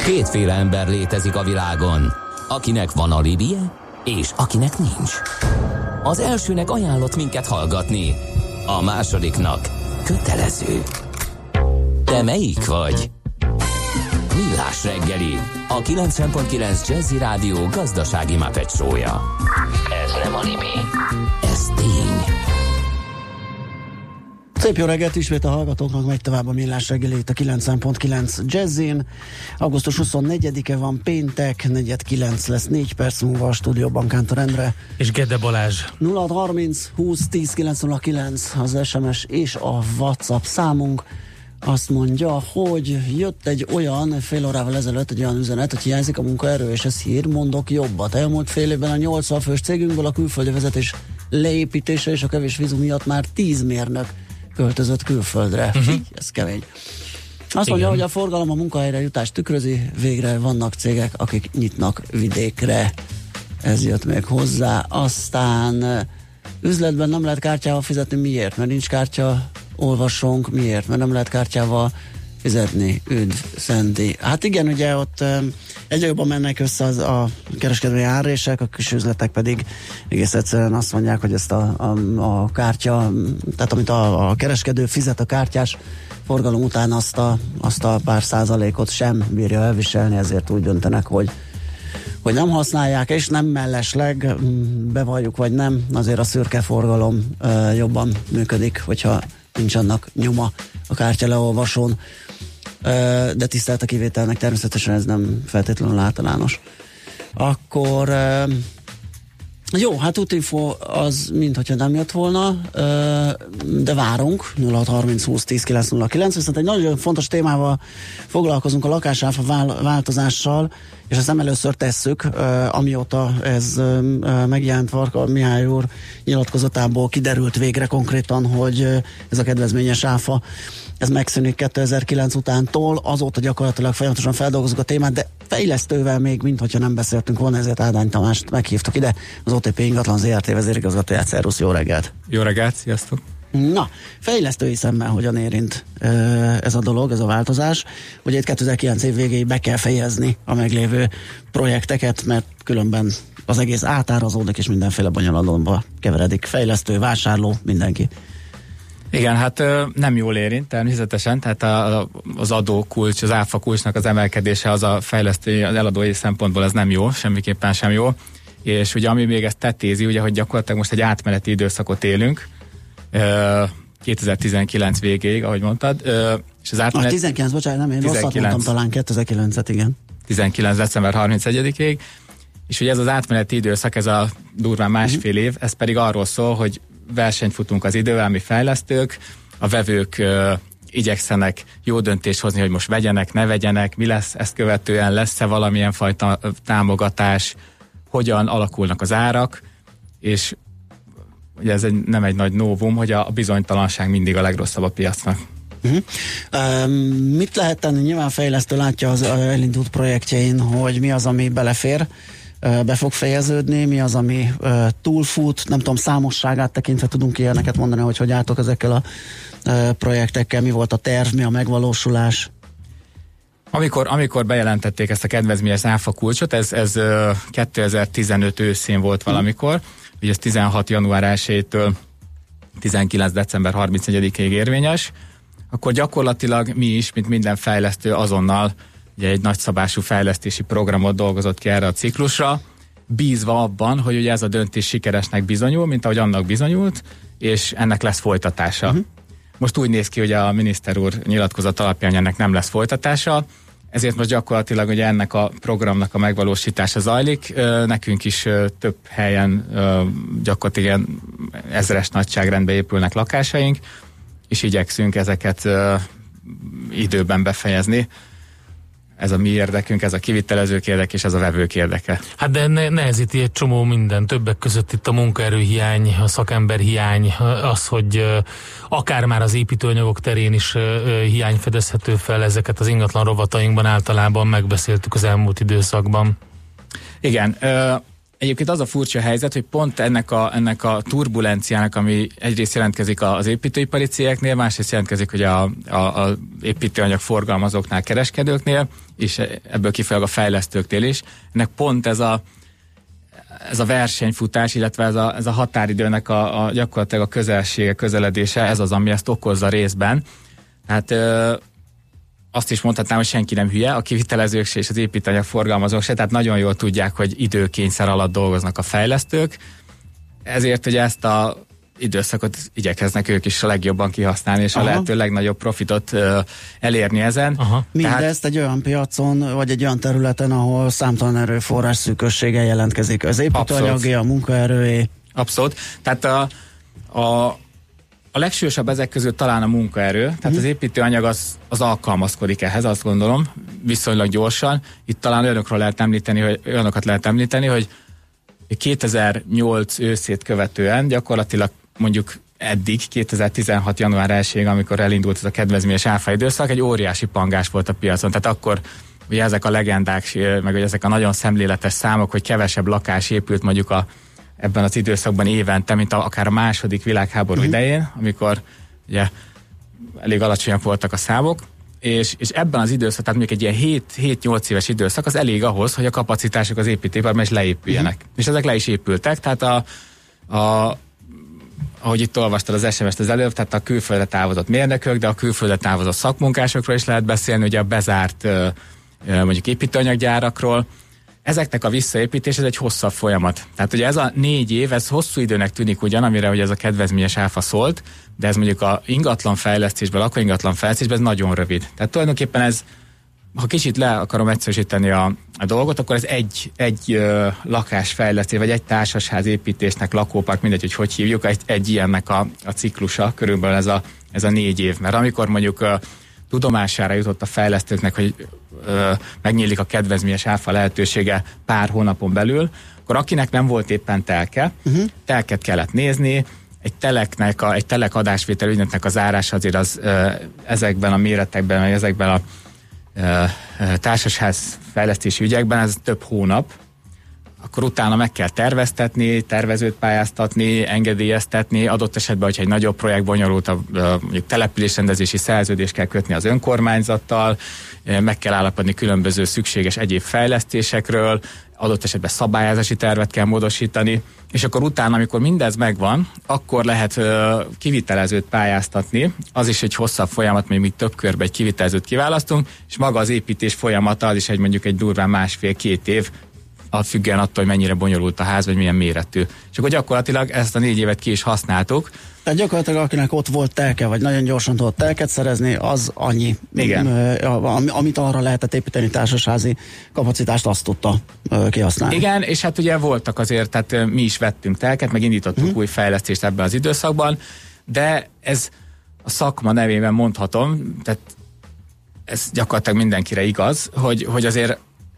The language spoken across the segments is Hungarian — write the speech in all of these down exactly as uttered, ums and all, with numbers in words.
Kétféle ember létezik a világon, akinek van alibije, és akinek nincs. Az elsőnek ajánlott minket hallgatni, a másodiknak kötelező. Te melyik vagy? Millás reggeli, a kilencven pont kilenc Jazzy Rádió gazdasági Muppet show-ja. Ez nem anime, ez tény. Szép jó reggelt ismét a hallgatóknak, megy tovább a Millás reggeli itt a kilencven pont kilenc Jazzin. augusztus huszonnegyedike van, péntek, negyed kilenc lesz, négy perc múlva a stúdióban Kántor Endre. És Gede Balázs. nulla harminc húsz tíz kilenc nulla kilenc az es em es és a WhatsApp számunk. Azt mondja, hogy jött egy olyan, fél órával ezelőtt egy olyan üzenet, hogy hiányzik a munkaerő, és ez hír, mondok jobbat. Elmúlt fél évben a nyolcvan fős cégünkből a külföldi vezetés leépítése és a kevés vízum miatt már tíz mérnök költözött külföldre. Uh-huh. Fígy, ez kemény. Azt Igen. mondja, hogy a forgalom a munkahelyre jutást tükrözi, végre vannak cégek, akik nyitnak vidékre. Ez jött még hozzá. Aztán üzletben nem lehet kártyával fizetni. Miért? Mert nincs kártya, olvasónk. Miért? Mert nem lehet kártyával fizetni. Üdv, Szendi. Hát igen, ugye ott egyre jobban mennek össze az, a kereskedelmi árrések, a kis üzletek pedig egész egyszerűen azt mondják, hogy ezt a, a, a kártya, tehát amit a, a kereskedő fizet a kártyás forgalom után, azt a, azt a pár százalékot sem bírja elviselni, ezért úgy döntenek, hogy hogy nem használják, és nem mellesleg, bevalljuk vagy nem, azért a szürke forgalom uh, jobban működik, hogyha nincs annak nyoma a kártya leolvasón, uh, de tisztelt a kivételnek, természetesen ez nem feltétlenül általános. Akkor uh, jó, hát útinfo az minthogyha nem jött volna, uh, de várunk, nulla harminc húsz tíz kilenc nulla kilenc, viszont egy nagyon fontos témával foglalkozunk, a lakásáfa változással, és ezt nem először tesszük, uh, amióta ez uh, megjelent Varga Mihály úr nyilatkozatából kiderült végre konkrétan, hogy uh, ez a kedvezményes áfa, ez megszűnik kétezer-kilenc utántól, azóta gyakorlatilag folyamatosan feldolgozunk a témát, de fejlesztővel még, minthogyha nem beszéltünk volna, ezért Ádány Tamást meghívtuk ide, az o té pé Ingatlan zé er té vezérigazgatóját. Szervusz, jó reggelt! Jó reggelt, sziasztok! Na, fejlesztői szemmel hogyan érint ez a dolog, ez a változás? Ugye itt kétezer-kilenc év végéig be kell fejezni a meglévő projekteket, mert különben az egész átárazódik, és mindenféle bonyolulomba keveredik. Fejlesztő, vásárló, mindenki. Igen, hát nem jól érint természetesen, tehát a, az adókulcs, az áfa kulcsnak az emelkedése az a fejlesztői, az eladói szempontból ez nem jó, semmiképpen sem jó. És ugye ami még ezt tetézi, ugye, hogy gyakorlatilag most egy átmeneti időszakot élünk, kétezer-tizenkilenc végéig, ahogy mondtad. És az átmenet... A tizenkilenc, bocsánat, nem, én rosszat mondtam talán, kétezer-kilencet, igen. tizenkilenc december harmincegyedikéig, és ugye ez az átmeneti időszak, ez a durván másfél év, ez pedig arról szól, hogy versenyt futunk az idővel, mi fejlesztők, a vevők uh, igyekszenek jó döntést hozni, hogy most vegyenek, ne vegyenek, mi lesz ezt követően, lesz-e valamilyen fajta támogatás, hogyan alakulnak az árak, és ugye ez egy, nem egy nagy novum, hogy a, a bizonytalanság mindig a legrosszabb a piacnak. Uh-huh. Um, mit lehet tenni? Nyilván fejlesztő látja az elindult projektjein, hogy mi az, ami belefér, be fog fejeződni, mi az, ami uh, túlfut, nem tudom, számosságát tekintve tudunk ilyeneket mondani, hogy hogy álltok ezekkel a uh, projektekkel, mi volt a terv, mi a megvalósulás? Amikor, amikor bejelentették ezt a kedvezményes áfa kulcsot, ez, ez uh, kétezer-tizenöt őszén volt valamikor, ugye ez tizenhat január elsejétől tizenkilenc december harmincegyedikéig érvényes, akkor gyakorlatilag mi is, mint minden fejlesztő azonnal ugye egy nagyszabású fejlesztési programot dolgozott ki erre a ciklusra, bízva abban, hogy ugye ez a döntés sikeresnek bizonyul, mint ahogy annak bizonyult, és ennek lesz folytatása. Uh-huh. Most úgy néz ki, hogy a miniszter úr nyilatkozat alapján ennek nem lesz folytatása, ezért most gyakorlatilag ugye ennek a programnak a megvalósítása zajlik. Nekünk is több helyen gyakorlatilag ezeres nagyságrendbe épülnek lakásaink, és igyekszünk ezeket időben befejezni. Ez a mi érdekünk, ez a kivitelezők érdeke, és ez a vevők érdeke. Hát de ne, nehezíti egy csomó minden, többek között itt a munkaerőhiány, a szakemberhiány, az, hogy uh, akár már az építőanyagok terén is uh, hiány fedezhető fel, ezeket az ingatlan rovatainkban általában megbeszéltük az elmúlt időszakban. Igen, uh, egyébként az a furcsa helyzet, hogy pont ennek a, ennek a turbulenciának, ami egyrészt jelentkezik az építőipari cégeknél, másrészt jelentkezik hogy a, a, a építőanyag forgalmazóknál, kereskedőknél, és ebből kifolyólag a fejlesztőknél is. Ennek pont ez a, ez a versenyfutás, illetve ez a, ez a határidőnek a, a gyakorlatilag a közelsége, közeledése, ez az, ami ezt okozza részben. Tehát ö, azt is mondhatnám, hogy senki nem hülye, a kivitelezők se és az építőanyag forgalmazók se, tehát nagyon jól tudják, hogy időkényszer alatt dolgoznak a fejlesztők, ezért ugye ezt a időszakot igyekeznek ők is a legjobban kihasználni, és Aha. a lehető legnagyobb profitot uh, elérni ezen. Aha. Mindezt Tehát, egy olyan piacon, vagy egy olyan területen, ahol számtalan erőforrás szűkössége jelentkezik. Az építőanyagé, a munkaerőé. Abszolút. Tehát a, a A legsúlyosabb ezek között talán a munkaerő, tehát uh-huh. az építőanyag az, az alkalmazkodik ehhez, azt gondolom, viszonylag gyorsan. Itt talán olyanokról lehet említeni, hogy olyanokat lehet említeni, hogy kétezer-nyolc őszét követően gyakorlatilag mondjuk eddig, kétezer-tizenhat január elsejéig, amikor elindult ez a kedvezményes áfa időszak, egy óriási pangás volt a piacon. Tehát akkor ugye ezek a legendák, meg ezek a nagyon szemléletes számok, hogy kevesebb lakás épült mondjuk a ebben az időszakban évente, mint a, akár a második világháború uh-huh. idején, amikor ugye elég alacsonyak voltak a számok, és, és ebben az időszak, tehát mondjuk egy ilyen hét-nyolc éves időszak, az elég ahhoz, hogy a kapacitások az építőiparban is leépüljenek. Uh-huh. És ezek le is épültek, tehát a, a ahogy itt olvastad az es em est az előbb, tehát a külföldre távozott mérnökök, de a külföldre távozott szakmunkásokról is lehet beszélni, ugye a bezárt mondjuk építőanyaggyárakról. Ezeknek a visszaépítés, ez egy hosszabb folyamat. Tehát ugye ez a négy év, ez hosszú időnek tűnik ugyan, amire ugye ez a kedvezményes áfa szólt, de ez mondjuk a ingatlan fejlesztésben, akkor ingatlan fejlesztésben ez nagyon rövid. Tehát tulajdonképpen ez, ha kicsit le akarom egyszerűsíteni a, a dolgot, akkor ez egy, egy ö, lakásfejlesztés, vagy egy társasház építésnek, lakópark, mindegy, hogy hogy hívjuk, egy, egy ilyennek a, a ciklusa, körülbelül ez a, ez a négy év. Mert amikor mondjuk ö, tudomására jutott a fejlesztőknek, hogy ö, megnyílik a kedvezményes áfa lehetősége pár hónapon belül, akkor akinek nem volt éppen telke, uh-huh. telket kellett nézni, egy teleknek, a, egy telek adásvétel ügyletnek a zárása azért az ö, ezekben a méretekben, vagy ezekben a ö, társasház fejlesztési ügyekben ez több hónap, akkor utána meg kell terveztetni, tervezőt pályáztatni, engedélyeztetni, adott esetben, hogyha egy nagyobb projekt bonyolult, a, mondjuk településrendezési szerződést kell kötni az önkormányzattal, meg kell állapodni különböző szükséges egyéb fejlesztésekről, adott esetben szabályozási tervet kell módosítani, és akkor utána, amikor mindez megvan, akkor lehet uh, kivitelezőt pályáztatni, az is egy hosszabb folyamat, még még több körben egy kivitelezőt kiválasztunk, és maga az építés folyamata, az is egy mondjuk egy durván másfél-két év, függően attól, hogy mennyire bonyolult a ház, vagy milyen méretű. És akkor gyakorlatilag ezt a négy évet ki is használtuk. Tehát gyakorlatilag akinek ott volt telke, vagy nagyon gyorsan tudott telket szerezni, az annyi. Igen. Amit arra lehetett építeni társasházi kapacitást, azt tudta kihasználni. Igen, és hát ugye voltak azért, tehát mi is vettünk telket, meg indítottunk hmm. új fejlesztést ebben az időszakban, de ez a szakma nevében mondhatom, tehát ez gyakorlatilag mindenkire igaz, hogy, hogy azért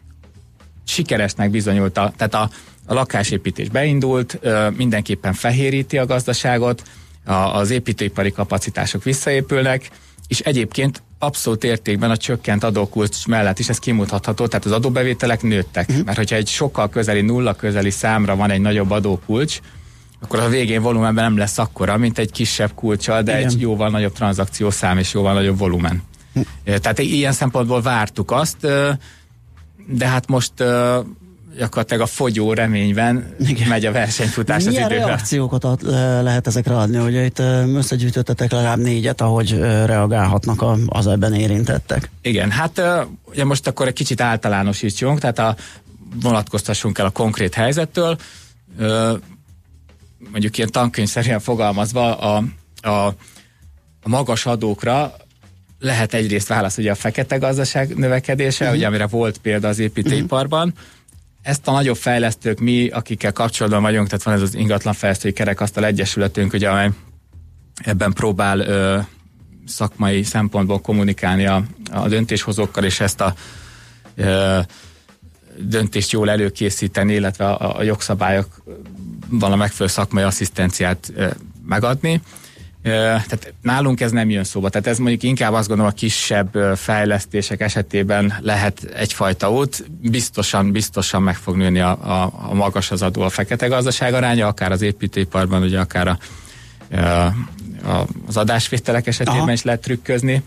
sikeresnek bizonyult, a, tehát a, a lakásépítés beindult, ö, mindenképpen fehéríti a gazdaságot, a, az építőipari kapacitások visszaépülnek, és egyébként abszolút értékben a csökkent adókulcs mellett is ez kimutatható, tehát az adóbevételek nőttek, uh-huh. mert hogyha egy sokkal közeli, nulla közeli számra van egy nagyobb adókulcs, akkor a végén volumenben nem lesz akkora, mint egy kisebb kulccsal, de igen. egy jóval nagyobb tranzakciós szám és jóval nagyobb volumen. Uh-huh. Tehát ilyen szempontból vártuk azt, de hát most uh, gyakorlatilag a fogyó reményben igen. megy a versenyfutás az időben. Milyen reakciókat ad, lehet ezekre adni? Ugye itt összegyűjtöttetek legalább négyet, ahogy uh, reagálhatnak a, az ebben érintettek. Igen, hát uh, ugye most akkor egy kicsit általánosítsunk, tehát a, vonatkoztassunk el a konkrét helyzettől. Uh, mondjuk ilyen tankönyvszerűen fogalmazva a, a, a magas adókra lehet egyrészt válasz ugye a fekete gazdaság növekedése, uh-huh. ugye, amire volt példa az építőiparban. Uh-huh. Ezt a nagyobb fejlesztők, mi, akikkel kapcsolatban vagyunk, tehát van ez az ingatlanfejlesztői kerekasztal egyesületünk, ugye, amely ebben próbál ö, szakmai szempontból kommunikálni a, a döntéshozókkal, és ezt a ö, döntést jól előkészíteni, illetve a, a jogszabályokban a megfelelő szakmai asszisztenciát ö, megadni. Tehát nálunk ez nem jön szóba. Tehát ez mondjuk inkább azt gondolom a kisebb fejlesztések esetében lehet egyfajta út. Biztosan, biztosan meg fog nőni a, a, a magas az adó, a fekete gazdaság aránya, akár az építőiparban, ugye akár a, a, az adásvételek esetében Aha. is lehet trükközni.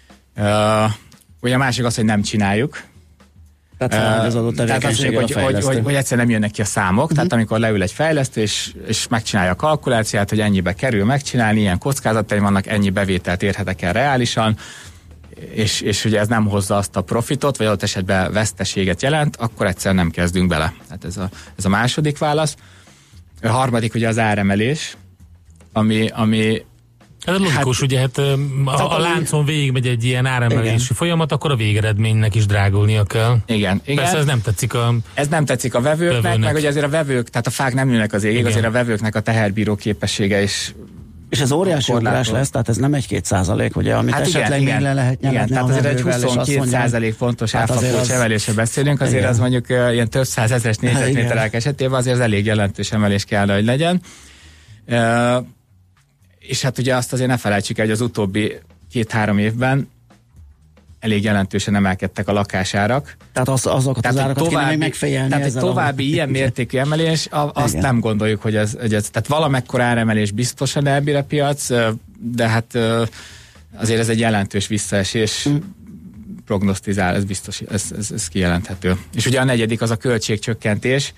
Ugye a másik az, hogy nem csináljuk. Tehát, az adott tehát azt mondjuk, hogy, hogy, hogy, hogy egyszerűen nem jönnek ki a számok, uh-huh. tehát amikor leül egy fejlesztő, és, és megcsinálja a kalkuláciát, hogy ennyibe kerül megcsinálni, ilyen kockázatai vannak, ennyi bevételt érhetek el reálisan, és, és ugye ez nem hozza azt a profitot, vagy adott esetben veszteséget jelent, akkor egyszerűen nem kezdünk bele. Tehát ez a, ez a második válasz. A harmadik ugye az áremelés, ami, ami Ez logikus, hát, ugye, hát a, a láncon végigmegy egy ilyen áremelési igen. folyamat, akkor a végeredménynek is drágulnia kell. Igen, igen. Persze ez nem tetszik a Ez nem tetszik a vevőknek, vevőnek. Meg ugye azért a vevők, tehát a fák nem nőnek az égig, igen. azért a vevőknek a teherbíró képessége is. És ez óriási ugrás lesz, tehát ez nem egy-két százalék, ugye, amit hát esetleg igen, még le lehet nyeletni a tehát azért egy huszonkét százalék fontos áfakulcs emelésre beszélünk, azért igen. az mondjuk uh, ilyen több százezres négyzetméterek esetében azért az elég jelentős emelés kell, hogy legyen. Uh, És hát ugye azt azért ne felejtsük el, hogy az utóbbi két-három évben elég jelentősen emelkedtek a lakásárak. Tehát az, azokat tehát, az árakat további, kéne még megfejelni. Tehát egy további a... ilyen mértékű emelés, a, azt igen. nem gondoljuk, hogy ez, hogy ez... Tehát valamekkor áremelés biztosan elbír a piac, de hát azért ez egy jelentős visszaesés mm. prognosztizál, ez biztos, ez, ez, ez kijelenthető. És ugye a negyedik az a költségcsökkentés.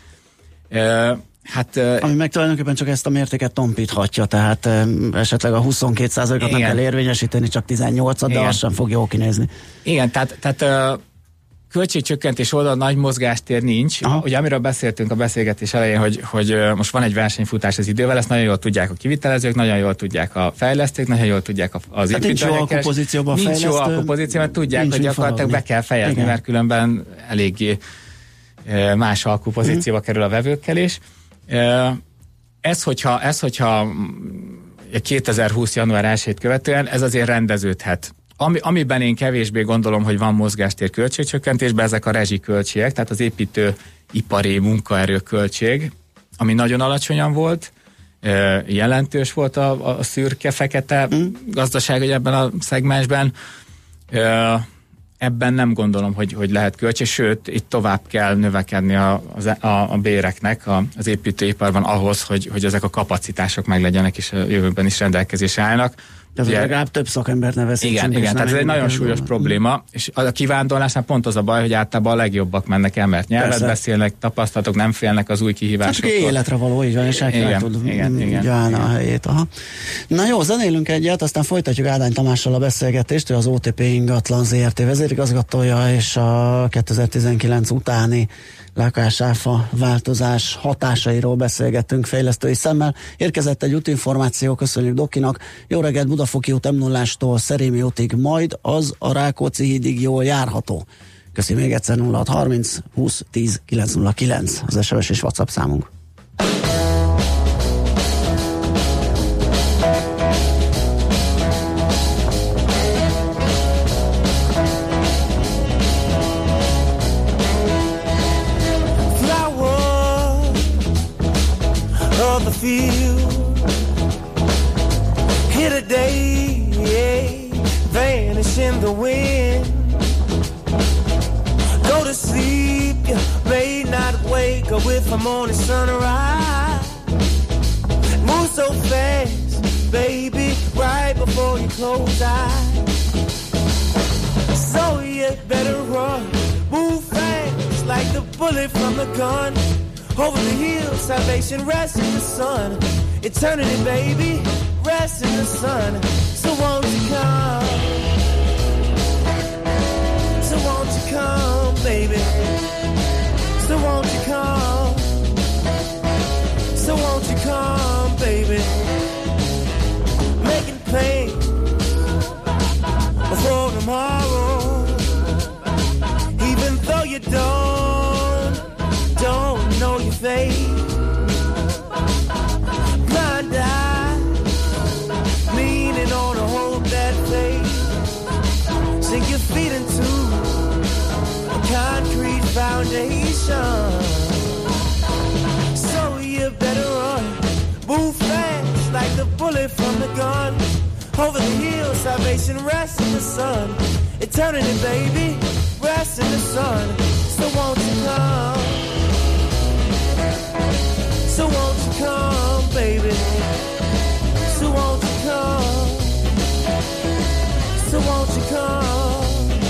Hát, ami meg tulajdonképpen csak ezt a mértéket tompíthatja, tehát esetleg a huszonkét százalékot nem kell érvényesíteni, csak tizennyolcat, de az sem fog jól kinézni. Igen, tehát, tehát költségcsökkentés oldal nagy mozgástér nincs. Aha. Ugye amiről beszéltünk a beszélgetés elején, hogy, hogy most van egy versenyfutás az idővel, ezt nagyon jól tudják a kivitelezők, nagyon jól tudják a fejlesztők, nagyon jól tudják az építőek. Nincs jó alkupozícióban a fejlesztő. Nincs jó alkupozícióban, tudják, hogy gyakorlatilag be kell fejezni, igen. mert különben eléggé más alkupozícióba hmm. kerül a vevőkkel is. Ez, hogyha, ez, hogyha kétezer-húsz január elsejét követően, ez azért rendeződhet. Ami, amiben én kevésbé gondolom, hogy van mozgástér költségcsökkentésben, ezek a rezsiköltségek, tehát az építőipari munkaerőköltség, ami nagyon alacsonyan volt, jelentős volt a, a szürke-fekete mm. gazdaság, hogy ebben a szegmensben. Ebben nem gondolom, hogy, hogy lehet költség, sőt, itt tovább kell növekedni a, a, a béreknek a, az építőiparban ahhoz, hogy, hogy ezek a kapacitások meglegyenek, és a jövőben is rendelkezésre állnak. Ez ugye, legalább több szakembert nevezünk. Igen, igen, tehát ez egy nagyon súlyos a... probléma, és a kivándorlásnál pont az a baj, hogy általában a legjobbak mennek el, mert nyelvet Persze. beszélnek, tapasztalatok, nem félnek az új kihívásoktól. Hát életre való, így van, és el kell tud állni a helyét. Aha. Na jó, zenélünk egyet, aztán folytatjuk Ádány Tamással a beszélgetést, ő az o té pé Ingatlan zé er té vezérigazgatója, és a kétezer-tizenkilenc utáni lakásáfa változás hatásairól beszélgettünk fejlesztői szemmel. Érkezett egy útinformáció, köszönjük Dokinak. Jó reggelt, Budafoki út em nullától Szerémi útig, majd az a Rákóczi hídig jól járható. Köszi még egyszer nulla hat harminc húsz tíz kilenc nulla kilenc az es em es és WhatsApp számunk. Field. Here today, yeah, vanish in the wind. Go to sleep, you may not wake up with the morning sunrise. Move so fast, baby, right before you close eyes. So you better run, move fast like the bullet from the gun. Over the hills, salvation rests in the sun. Eternity, baby, rests in the sun. So won't you come? So won't you come, baby? So won't you come? So won't you come, baby? Making pain before tomorrow. Even though you don't, don't know your fate. Blind eye, leaning on a hold that faith. Sink your feet into a concrete foundation. So you better run, move fast like like the bullet from the gun. Over the hills, salvation rests in the sun. Eternity, baby, rests in the sun. So won't you come? So won't you come, baby? So won't you come? So won't you come?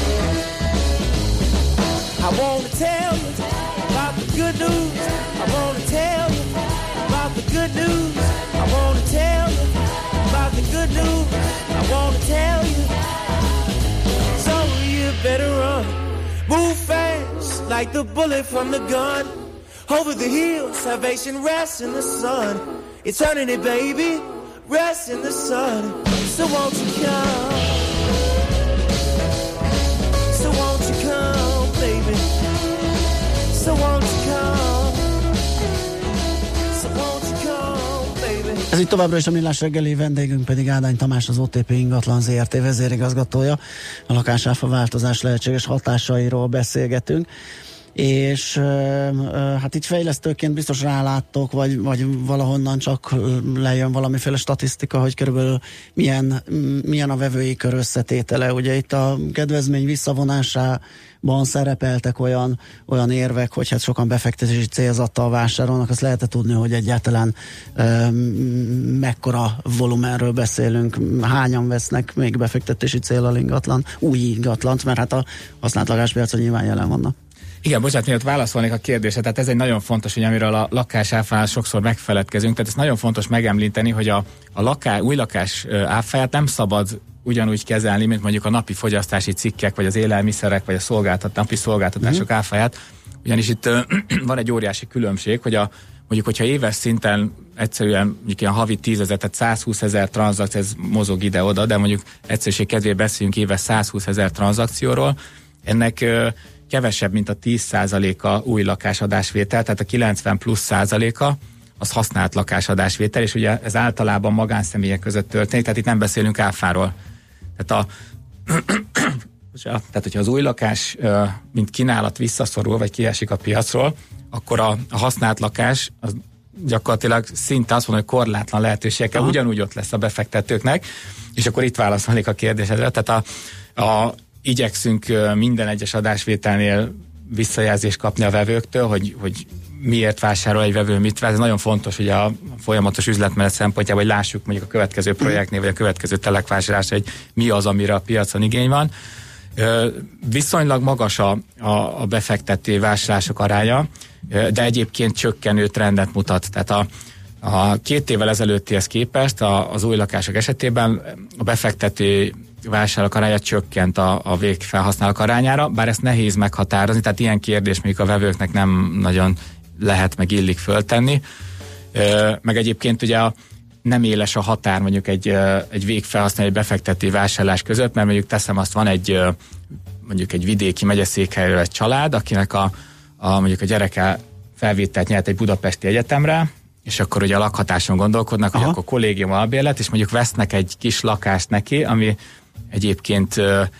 I wanna tell you about the good news. I wanna tell you about the good news. I wanna tell you about the good news. I wanna tell you. So you better run. Move fast like the bullet from the gun. Over the hills, salvation rests in the sun. Eternity, baby, rests in the sun. So won't you come? So won't you come, baby? So won't you come? So won't you come, baby? Ez itt továbbra is a Millás reggeli, vendégünk pedig Ádány Tamás, az o té pé Ingatlan zé er té vezérigazgatója. A lakásáfa változás lehetséges hatásairól beszélgetünk. És hát itt fejlesztőként biztos ráláttok, vagy, vagy valahonnan csak lejön valamiféle statisztika, hogy körülbelül milyen, milyen a vevői kör összetétele. Ugye itt a kedvezmény visszavonásában szerepeltek olyan, olyan érvek, hogy hát sokan befektetési célzattal vásárolnak, azt lehet tudni, hogy egyáltalán e, mekkora volumenről beszélünk, hányan vesznek még befektetési céllal ingatlan, új ingatlant, mert hát a használt lakáspiacon nyilván jelen vannak. Igen, bocsánat, miatt válaszolnék a kérdésre, tehát ez egy nagyon fontos, hogy amiről a lakásáfánál sokszor megfeledkezünk, tehát ez nagyon fontos megemlíteni, hogy a, a laká, új lakás áfáját nem szabad ugyanúgy kezelni, mint mondjuk a napi fogyasztási cikkek, vagy az élelmiszerek, vagy a szolgáltat, napi szolgáltatások mm. áfáját, ugyanis itt uh, van egy óriási különbség, hogy a, mondjuk, hogyha éves szinten egyszerűen mondjuk ilyen havi tízezer, tehát százhúszezer tranzakció, ez mozog ide-oda, de mondjuk egyszerűség kedvéért beszéljünk éves százhúszezer tranzakcióról, ennek uh, kevesebb, mint a tíz százaléka új lakásadásvétel, tehát a kilencven plusz százaléka az használt lakásadásvétel, és ugye ez általában magánszemélyek között történik, tehát itt nem beszélünk áfáról. Tehát, a tehát hogyha az új lakás mint kínálat visszaszorul, vagy kiesik a piacról, akkor a, a használt lakás az gyakorlatilag szinte azt mondom, hogy korlátlan lehetőségekkel Aha. ugyanúgy ott lesz a befektetőknek, és akkor itt válaszolnék a kérdésedre. Tehát a, a igyekszünk minden egyes adásvételnél visszajelzést kapni a vevőktől, hogy, hogy miért vásárol egy vevő, mit vesz. Ez nagyon fontos, hogy a folyamatos üzletmenet szempontjából, hogy lássuk mondjuk a következő projektnél, vagy a következő telekvásárlásra, hogy mi az, amire a piacon igény van. Viszonylag magas a, a, a befektető vásárlások aránya, de egyébként csökkenő trendet mutat. Tehát a, a két évvel ezelőttihez képest a, az új lakások esetében a befektető vásárlók aránya csökkent a, a végfelhasználók arányára, bár ezt nehéz meghatározni, tehát ilyen kérdés mondjuk a vevőknek nem nagyon lehet meg illik föltenni. Ö, meg egyébként ugye a, nem éles a határ mondjuk egy, egy végfelhasználó, egy befektető vásárlás között, mert mondjuk teszem azt, van egy mondjuk egy vidéki megyeszékhelyről egy család, akinek a, a mondjuk a gyereke felvételt nyert egy budapesti egyetemre, és akkor ugye a lakhatáson gondolkodnak, Aha. hogy akkor kollégium albérlet, és mondjuk vesznek egy kis lakást neki, ami egyébként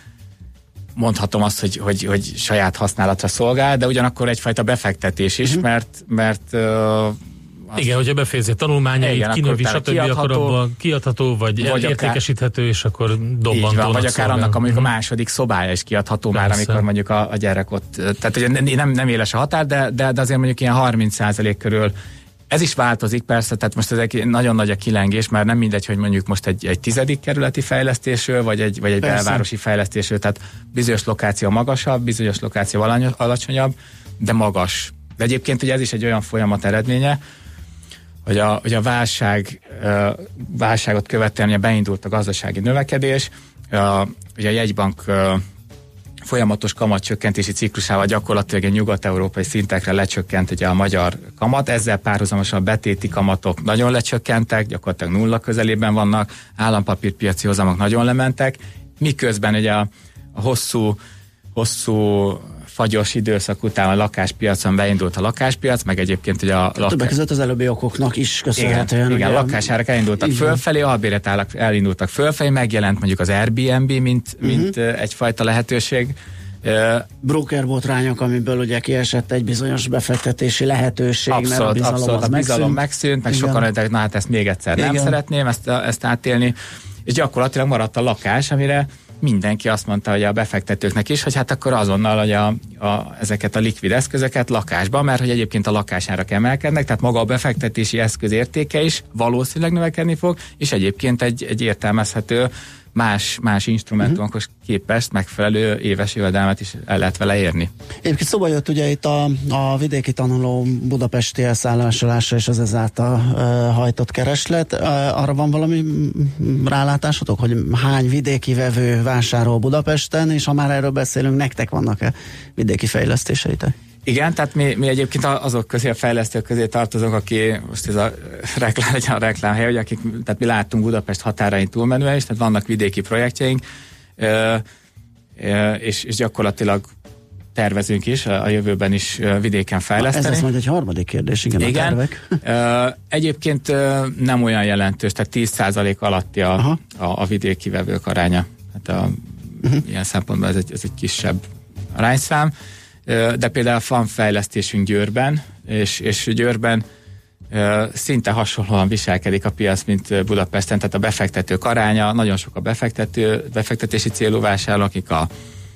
mondhatom azt, hogy, hogy, hogy saját használatra szolgál, de ugyanakkor egyfajta befektetés is, uh-huh. mert, mert Az... Igen, hogyha befejezi a tanulmányait, kinövi, stb. Akkor abban kiadható, vagy, vagy értékesíthető, akár, és akkor dobbantónak vagy akár annak, amikor hmm. a második szobája is kiadható Persze. már, amikor mondjuk a, a gyerek ott, tehát ugye nem, nem éles a határ, de, de, de azért mondjuk ilyen harminc százalék körül. Ez is változik persze, tehát most ezek nagyon nagy a kilengés, mert nem mindegy, hogy mondjuk most egy, egy tizedik kerületi fejlesztésről, vagy egy, vagy egy belvárosi fejlesztésről, tehát bizonyos lokáció magasabb, bizonyos lokáció alacsonyabb, de magas. De egyébként ugye ez is egy olyan folyamat eredménye, hogy a, hogy a válság, uh, válságot követően beindult a gazdasági növekedés, uh, ugye a jegybank uh, folyamatos kamatcsökkentési ciklusával gyakorlatilag egy nyugat-európai szintekre lecsökkent ugye a magyar kamat, ezzel párhuzamosan a betéti kamatok nagyon lecsökkentek, gyakorlatilag nulla közelében vannak, állampapírpiaci hozamok nagyon lementek, miközben ugye a, a hosszú, hosszú fagyos időszak után a lakáspiacon beindult a lakáspiac, meg egyébként ugye a lakás... Többek között az előbbi okoknak is köszönhetően. Igen, igen a lakásárak elindultak igen. fölfelé, albéletárak elindultak fölfelé, megjelent mondjuk az Airbnb, mint, uh-huh. mint egyfajta lehetőség, broker botrányok, amiből ugye kiesett egy bizonyos befektetési lehetőség, abszolút, mert a bizalom, abszolút, a bizalom megszűnt, megszűnt, meg sokan mondták, na hát ezt még egyszer Igen. nem szeretném ezt, ezt átélni, és gyakorlatilag maradt a lakás, amire mindenki azt mondta, hogy a befektetőknek is, hogy hát akkor azonnal hogy a, a, ezeket a likvid eszközöket lakásba, mert hogy egyébként a lakásárak emelkednek, tehát maga a befektetési eszköz értéke is valószínűleg növekedni fog, és egyébként egy, egy értelmezhető más, más instrumentumokhoz képest megfelelő éves jövedelmet is el lehet vele érni. Egyébként szóba jött ugye itt a, a vidéki tanuló budapesti elszállásolása és az ezáltal uh, hajtott kereslet. Uh, arra van valami rálátásotok, hogy hány vidéki vevő vásárol Budapesten, és ha már erről beszélünk, nektek vannak-e vidéki fejlesztéseitek? Igen, tehát mi, mi egyébként azok közé, a fejlesztők közé tartozunk, aki most ez a reklám, legyen a reklámhely, hogy akik, tehát mi láttunk Budapest határain túlmenően is, tehát vannak vidéki projektjeink, ö, ö, és, és gyakorlatilag tervezünk is a, a jövőben is vidéken fejleszteni. Ez lesz majd egy harmadik kérdés, igen, igen. A tervek. Ö, egyébként ö, nem olyan jelentős, tehát tíz százalék alatti a, a, a vidéki vevők aránya. Hát a, uh-huh. ilyen szempontból ez egy, ez egy kisebb arányszám. De például van fejlesztésünk Győrben, és, és Győrben uh, szinte hasonlóan viselkedik a piac, mint Budapesten, tehát a befektetők aránya, nagyon sok a befektető, befektetési célú vásárló, akik a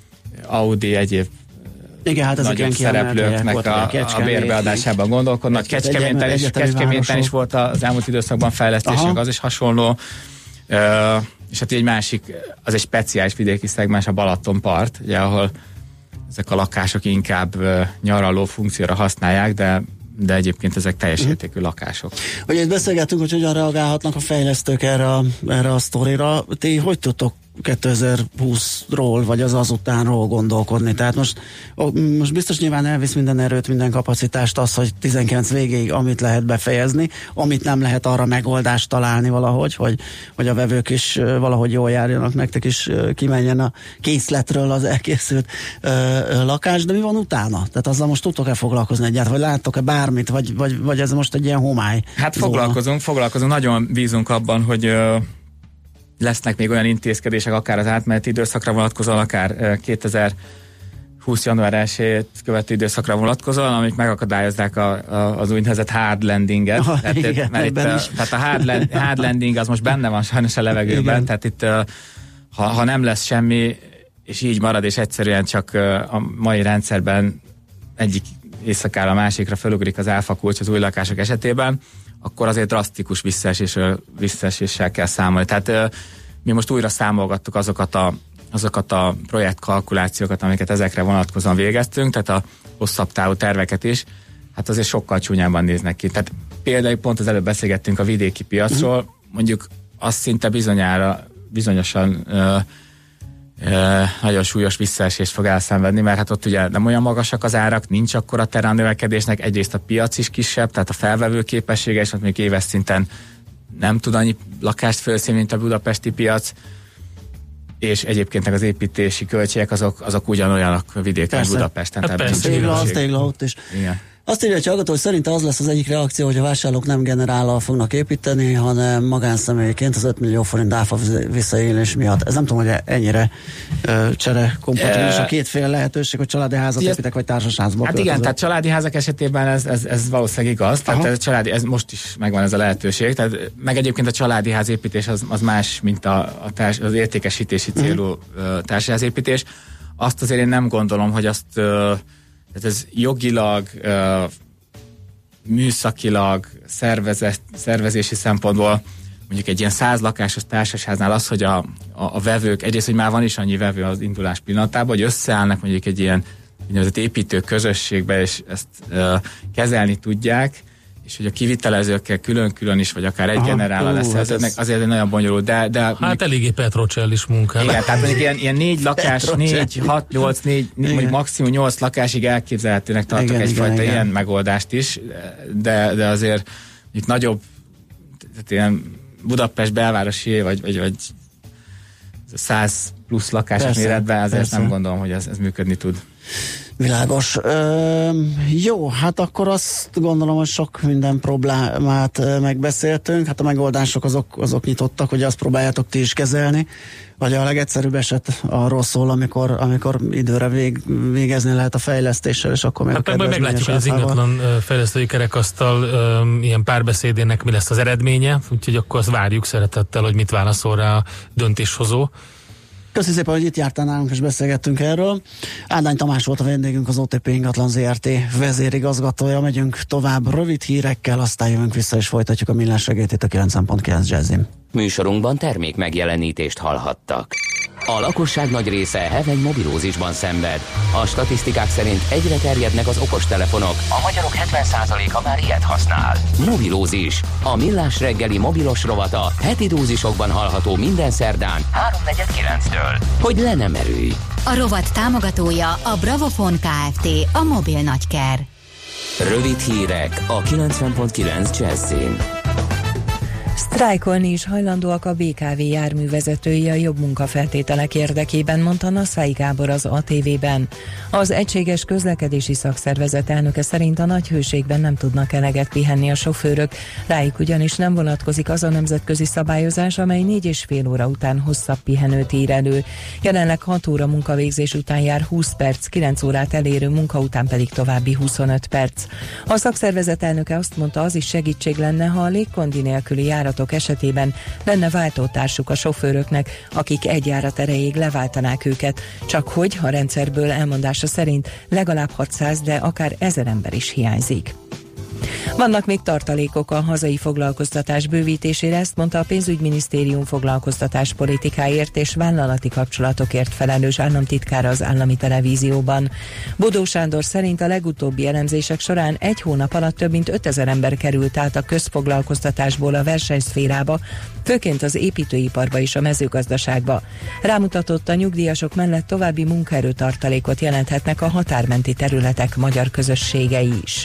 Audi egyéb igen, hát nagyobb szereplőknek a, a bérbeadásában gondolkodnak. Kecskeméten is, Kecskeméten is volt az elmúlt időszakban fejlesztésünk, az is hasonló. Uh, és hát egy másik, az egy speciális vidéki szegmens, a Balatonpart, ugye, ahol ezek a lakások inkább uh, nyaraló funkcióra használják, de, de egyébként ezek teljes uh-huh. értékű lakások. Ugye itt beszélgettünk, hogy hogyan reagálhatnak a fejlesztők erre a, erre a sztorira. Ti hogy tudtok kétezer-húszról, vagy az azutánról gondolkodni? Tehát most, most biztos nyilván elvisz minden erőt, minden kapacitást az, hogy tizenkilenc végéig amit lehet befejezni, amit nem lehet arra megoldást találni valahogy, hogy, hogy a vevők is valahogy jól járjanak, nektek is kimenjen a készletről az elkészült ö, ö, lakás, de mi van utána? Tehát azzal most tudtok-e foglalkozni egyáltalán, vagy láttok-e bármit, vagy, vagy, vagy ez most egy ilyen homály? Hát foglalkozunk, foglalkozunk, nagyon bízunk abban, hogy ö, lesznek még olyan intézkedések, akár az átmeneti időszakra vonatkozóan, akár kétezer-húsz január elsejét követő időszakra vonatkozóan, amik megakadályozzák a, a, az úgynevezett hard landinget. Ah, tehát, igen, mert itt, tehát a hard, land, hard landing az most benne van sajnos a levegőben, igen. Tehát itt ha, ha nem lesz semmi, és így marad, és egyszerűen csak a mai rendszerben egyik éjszakára a másikra fölugrik az áfakulcs az új lakások esetében, akkor azért drasztikus visszaeséssel, visszaeséssel kell számolni. Tehát ö, mi most újra számolgattuk azokat a, azokat a projektkalkulációkat, amiket ezekre vonatkozóan végeztünk, tehát a hosszabb távú terveket is, hát azért sokkal csúnyában néznek ki. Tehát például pont az előbb beszélgettünk a vidéki piacról, uh-huh. mondjuk azt szinte bizonyára, bizonyosan ö, ö, nagyon súlyos visszaesést fog elszenvedni, mert hát ott ugye nem olyan magasak az árak, nincs akkora terán növekedésnek, egyrészt a piac is kisebb, tehát a felvevő képessége is, ott még éves szinten nem tud annyi lakást felszínni, mint a budapesti piac, és egyébként az építési költségek azok, azok ugyanolyanak vidéken, Budapesten. Hát tehát tégla, az tégla ott is. Igen. Azt írja, hogy hallgató, hogy szerinte az lesz az egyik reakció, hogy a vásárlók nem generállal fognak építeni, hanem magánszemélyként az öt millió forint áfa visszaélés miatt. Ez nem tudom, hogy ennyire uh, csere kompatibilis a kétféle lehetőség, hogy családi házat ezt, építek, vagy társasházba. Hát igen, tehát családi házak esetében ez, ez, ez valószínűleg igaz. Tehát ez, családi, ez most is megvan ez a lehetőség. Tehát, meg egyébként a családi ház építés az, az más, mint a, a társ, az értékesítési célú uh-huh. társasházépítés. Azt azért én nem gondolom, hogy azt uh, tehát ez jogilag, uh, műszakilag, szervezet, szervezési szempontból mondjuk egy ilyen száz lakásos társasháznál az, hogy a, a, a vevők, egyrészt, hogy már van is annyi vevő az indulás pillanatában, hogy összeállnak mondjuk egy ilyen úgynevezett építő közösségbe, és ezt uh, kezelni tudják, és hogy a kivitelezőkkel külön-külön is, vagy akár egy generállal leszerződnek, azért nagyon bonyolult, de... de hát mondjuk, eléggé Petrocellis munka. Igen, tehát mondjuk ilyen, ilyen négy lakás, négy, hat, nyolc, négy, mondjuk maximum nyolc lakásig elképzelhetőnek tartok igen, egyfajta igen, ilyen igen. megoldást is, de, de azért itt nagyobb, tehát ilyen Budapest belvárosi, vagy, vagy, vagy száz plusz lakások méretben, azért persze. nem gondolom, hogy ez, ez működni tud. Világos. Ö, jó, hát akkor azt gondolom, hogy sok minden problémát megbeszéltünk. Hát a megoldások azok, azok nyitottak, hogy azt próbáljátok ti is kezelni, vagy a legegyszerűbb eset arról szól, amikor, amikor időre vég, végezni lehet a fejlesztéssel, és akkor még hát a meglátjuk, hogy az ingatlan fejlesztői kerekasztal ö, ilyen párbeszédének mi lesz az eredménye, úgyhogy akkor azt várjuk szeretettel, hogy mit válaszol rá a döntéshozó. Köszönöm szépen, hogy itt jártál nálunk, és beszélgettünk erről. Ádány Tamás volt a vendégünk, az o té pé Ingatlan zé er té vezérigazgatója. Megyünk tovább rövid hírekkel, aztán jövünk vissza, és folytatjuk a Millás reggelét a kilencven pont kilenc Jazzin. Műsorunkban termék megjelenítést hallhattak. A lakosság nagy része heveny mobilózisban szenved. A statisztikák szerint egyre terjednek az okostelefonok, a magyarok hetven százaléka már ilyet használ. Mobilózis, a Millás reggeli mobilos rovata heti dózisokban hallható minden szerdán háromnegyed kilenctől. Hogy le nem erőj. A rovat támogatója a Bravofon Kft. A mobil nagyker. Rövid hírek a kilencven pont kilenc Jazzin. Sztrájkolni is hajlandóak a bé ká vé járművezetői a jobb munkafeltételek érdekében, mondta Nasszai Gábor az á té vében. Az Egységes Közlekedési Szakszervezet elnöke szerint a nagy hőségben nem tudnak eleget pihenni a sofőrök, rájuk ugyanis nem vonatkozik az a nemzetközi szabályozás, amely négy és fél óra után hosszabb pihenőt ír elő. Jelenleg hat óra munkavégzés után jár húsz perc, kilenc órát elérő munka után pedig további huszonöt perc. A szakszervezet elnöke azt mondta, az is segítség lenne, ha a légkondi nélküli járatok esetében lenne váltótársuk a sofőröknek, akik egy járat erejéig leváltanák őket, csak hogy a rendszerből elmondása szerint legalább hatszáz, de akár ezer ember is hiányzik. Vannak még tartalékok a hazai foglalkoztatás bővítésére, ezt mondta a pénzügyminisztérium foglalkoztatás politikáért és vállalati kapcsolatokért felelős államtitkára az állami televízióban. Bodó Sándor szerint a legutóbbi elemzések során egy hónap alatt több mint ötezer ember került át a közfoglalkoztatásból a versenyszférába, főként az építőiparba és a mezőgazdaságba. Rámutatott, a nyugdíjasok mellett további munkaerőtartalékot jelenthetnek a határmenti területek magyar közösségei is.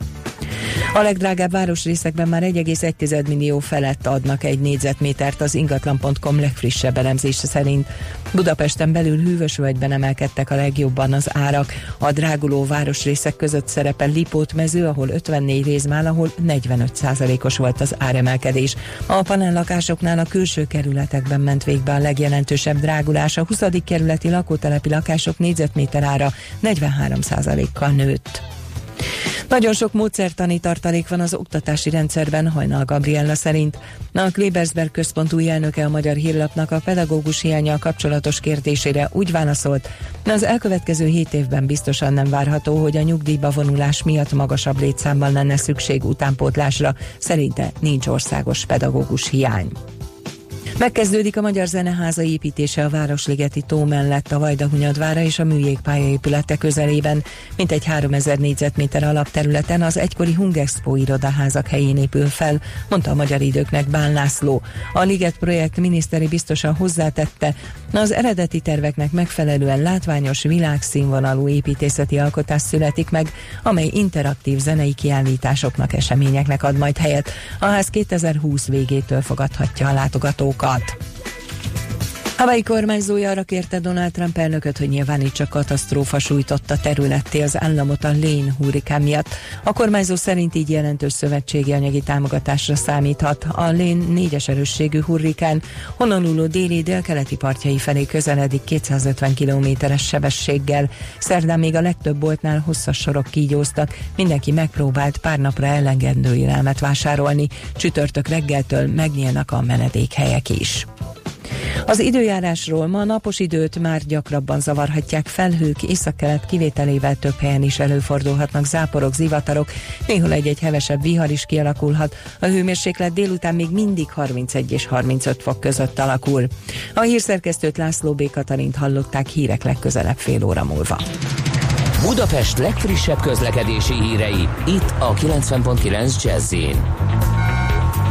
A legdrágább városrészekben már egy egész egy millió felett adnak egy négyzetmétert az ingatlan pont com legfrissebb elemzése szerint. Budapesten belül Hűvösvölgyben emelkedtek a legjobban az árak. A dráguló városrészek között szerepel Lipót-mező, ahol ötvennégy részm áll, ahol negyvenöt százalékos volt az áremelkedés. A panellakásoknál a külső kerületekben ment végbe a legjelentősebb drágulás. A huszadik kerületi lakótelepi lakások négyzetméter ára negyvenhárom százalékkal nőtt. Nagyon sok módszertani tartalék van az oktatási rendszerben, Hajnal Gabriella szerint. A Klebersberg központ új elnöke a Magyar Hírlapnak a pedagógus hiánnyal kapcsolatos kérdésére úgy válaszolt, az elkövetkező hét évben biztosan nem várható, hogy a nyugdíjba vonulás miatt magasabb létszámban lenne szükség utánpótlásra. Szerinte nincs országos pedagógus hiány. Megkezdődik a Magyar Zeneháza építése a Városligeti tó mellett, a Vajdahunyadvára és a műjégpálya épülete közelében. Mintegy háromezer négyzetméter alapterületen az egykori Hungexpo irodaházak helyén épül fel, mondta a Magyar Időknek Bán László. A Liget projekt miniszteri biztosan hozzátette, az eredeti terveknek megfelelően látványos világszínvonalú építészeti alkotás születik meg, amely interaktív zenei kiállításoknak, eseményeknek ad majd helyet. A ház kétezer-húsz végétől fogadhatja a látogatókat. Hawaii kormányzója arra kérte Donald Trump elnököt, hogy nyilvánítsa katasztrófa sújtotta területté az államot a Lane hurrikán miatt. A kormányzó szerint így jelentős szövetségi anyagi támogatásra számíthat. A Lane négyes erősségű hurrikán Honolulu déli délkeleti partjai felé közeledik kétszázötven kilométeres sebességgel. Szerdán még a legtöbb boltnál hosszas sorok kígyóztak, mindenki megpróbált pár napra elengedő élelmet vásárolni. Csütörtök reggeltől megnyílnak a menedékhelyek is. Az időjárásról: ma napos időt már gyakrabban zavarhatják felhők, északkelet kivételével több helyen is előfordulhatnak záporok, zivatarok, néhol egy-egy hevesebb vihar is kialakulhat. A hőmérséklet délután még mindig harmincegy és harmincöt fok között alakul. A hírszerkesztőt, László B. Katalint hallották, hírek legközelebb fél óra múlva. Budapest legfrissebb közlekedési hírei, itt a kilencven pont kilenc Jazz-in.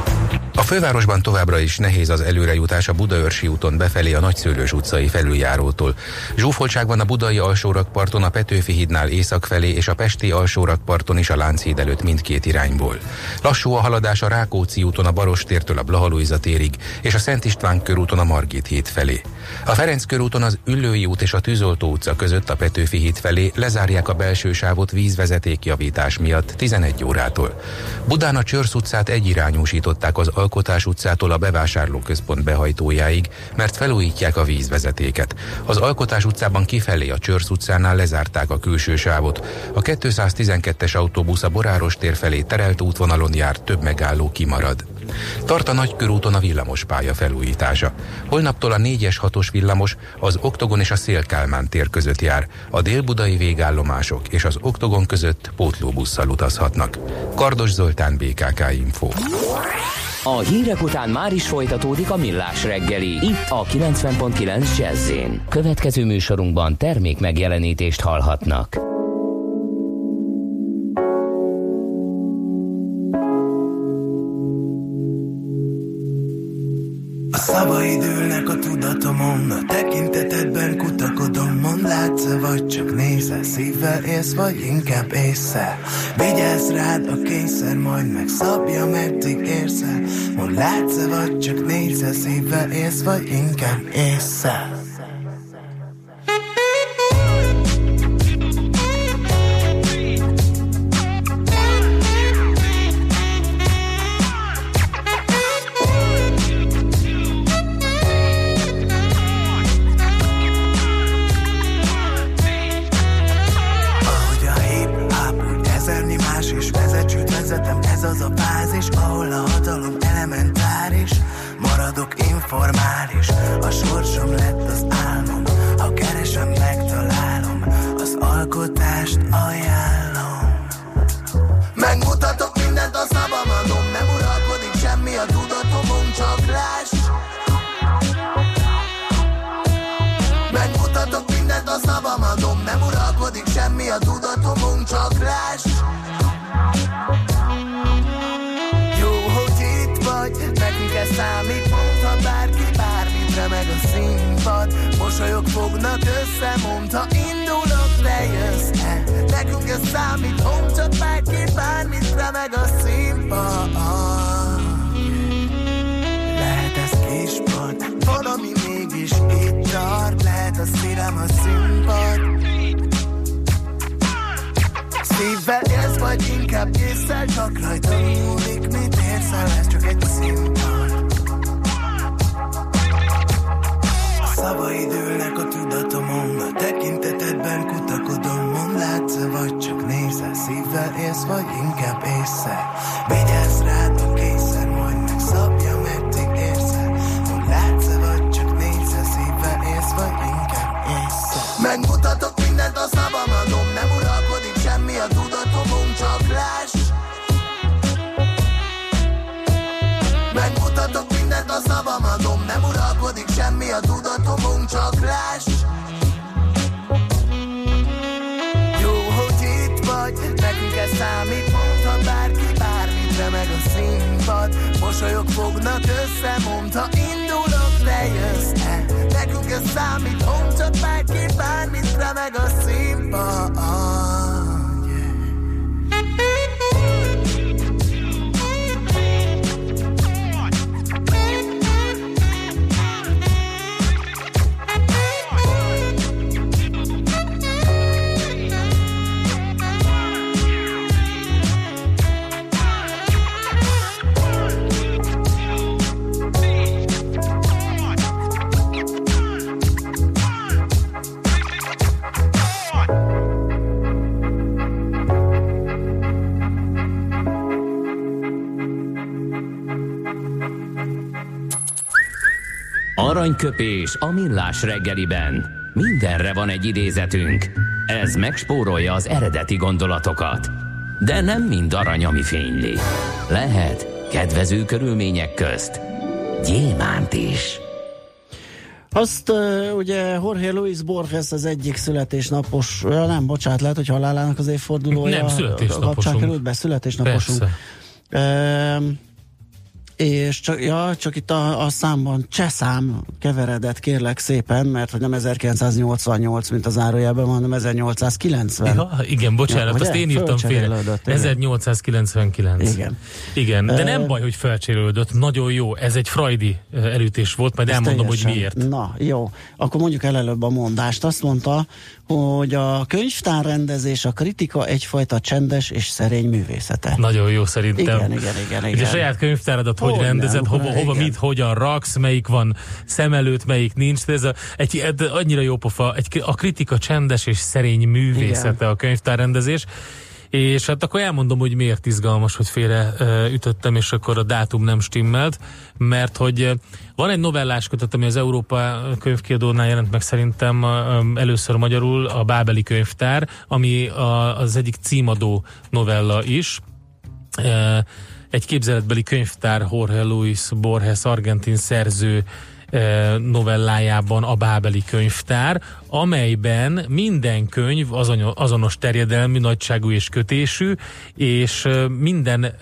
A fővárosban továbbra is nehéz az előrejutás a Budaörsi úton befelé a Nagyszőlős utcai felüljárótól. Zsúfoltság van a budai alsórakparton, a Petőfi hídnál észak felé és a pesti alsórakparton is a Lánchíd előtt mindkét irányból. Lassú a haladás a Rákóczi úton a Barostértől a Blaha Lujza térig és a Szent István körúton a Margit híd felé. A Ferenc körúton az Üllői út és a Tűzoltó utca között a Petőfi híd felé lezárják a belső sávot vízvezetékjavítás miatt tizenegy órától. Budán a Csörsz utcát egyirányúsították az Alkotás utcától a bevásárlóközpont behajtójáig, mert felújítják a vízvezetéket. Az Alkotás utcában kifelé a Csörsz utcánál lezárták a külső sávot. A kétszáztizenkettes autóbusz a Boráros tér felé terelt útvonalon jár, több megálló kimarad. Tart a Nagykörúton a villamospálya felújítása. Holnaptól a négyes hatos villamos az Oktogon és a Széll-Kálmán tér között jár. A délbudai végállomások és az Oktogon között pótlóbusszal utazhatnak. Kardos Zoltán, bé ká ká Info. A hírek után már is folytatódik a Millás reggeli, itt a kilencven pont kilenc Jazz-én. Következő műsorunkban termék megjelenítést hallhatnak. A szavaid ülnek a tudatomon, a tekintetedben kutakodom. Mondd, látsz-e vagy csak nézel, szívvel élsz vagy inkább ésszel. Vigyázz rád a kényszer, majd megszabja, meddig érsz el. Mondd, látsz-e vagy csak nézel, szívvel élsz vagy inkább ésszel. Formális, a sorsom lett az álmom. Ha keresem, megtalálom, az alkotást ajánlom. Megmutatok mindent, a szavam adom, nem uralkodik semmi a tudatomon, csak láss. Megmutatok mindent, a szavam adom, nem uralkodik semmi a tudatomon, csak láss. Jó, hogy itt vagy, nekünk ez számít. Mondta bárki bármit, remeg a színpad. Mosolyok fognak össze, mondta indulok, te jössz-e. Nekünk ez számít, mondta bárki bármit, remeg a színpad. Lehet ez kispad, valami mégis itt tart. Lehet a szívem a színpad. Szívvel élsz vagy inkább észszel, csak rajta múlik, mit érszel, ez csak egy színpad. Szavaid ülnek a tudatomon, a tekintetedben kutakodom. Mondd, látsz-e vagy csak nézel, szívvel élsz vagy inkább ésszel. Vigyázz rád a kényszer, majd megszabja, meddig érsz el. Mondd, látsz-e vagy csak nézel, szívvel élsz vagy inkább ésszel. Megmutatok mindent, a szavam adom, nem uralkodik semmi a tudatomon, csak láss. Megmutatok mindent, a szavam adom, nem uralkodik semmi a tudatomon, csak láss. Jó, hogy itt vagy, nekünk ez számít. Mondta bárki bármit, remeg a színpad. Mosolyok fognak össze, mondta indulok, te jössz-e. Nekünk ez számít, mondta bárki bármit, remeg a színpad. Aranyköpés a Millás reggeliben. Mindenre van egy idézetünk. Ez megspórolja az eredeti gondolatokat. De nem mind arany, ami fényli. Lehet kedvező körülmények közt gyémánt is. Azt uh, ugye Jorge Luis Borges az egyik születésnapos, uh, nem, bocsánat, lehet, hogy halálának az évfordulója. Nem, születésnaposunk. Kapcsán került be, születésnaposunk. Uh, és csak, ja, csak itt a, a számban csehszám keveredett, kérlek szépen, mert hogy nem ezerkilencszáznyolcvannyolc, mint az zárójelben van, hanem ezernyolcszázkilencven. Ja, igen, bocsánat, ja, azt én írtam félre. ezernyolcszázkilencvenkilenc. Igen. Igen, de nem uh, baj, hogy felcserélődött, nagyon jó, ez egy freudi elütés volt, majd elmondom, teljesen, hogy miért. Na, jó, akkor mondjuk el előbb a mondást. Azt mondta, hogy a könyvtárrendezés, a kritika egyfajta csendes és szerény művészete. Nagyon jó szerintem. Igen, igen, igen. igen. És a saját könyvtáradat hogy, hogy rendezed, nem, hova, hova mit, hogyan raksz, melyik van szem előtt, melyik nincs. Ez a, egy, egy, annyira jó pofa, egy, a kritika csendes és szerény művészete, igen. A könyvtárrendezés. És hát akkor elmondom, hogy miért izgalmas, hogy félre ö, ütöttem, és akkor a dátum nem stimmelt, mert hogy ö, van egy novellás kötet, ami az Európa könyvkiadónál jelent meg szerintem ö, először magyarul, a Bábeli könyvtár, ami a, az egyik címadó novella is. Ö, egy képzeletbeli könyvtár, Jorge Luis Borges, argentin szerző novellájában a Bábeli könyvtár, amelyben minden könyv azonos terjedelmű, nagyságú és kötésű, és minden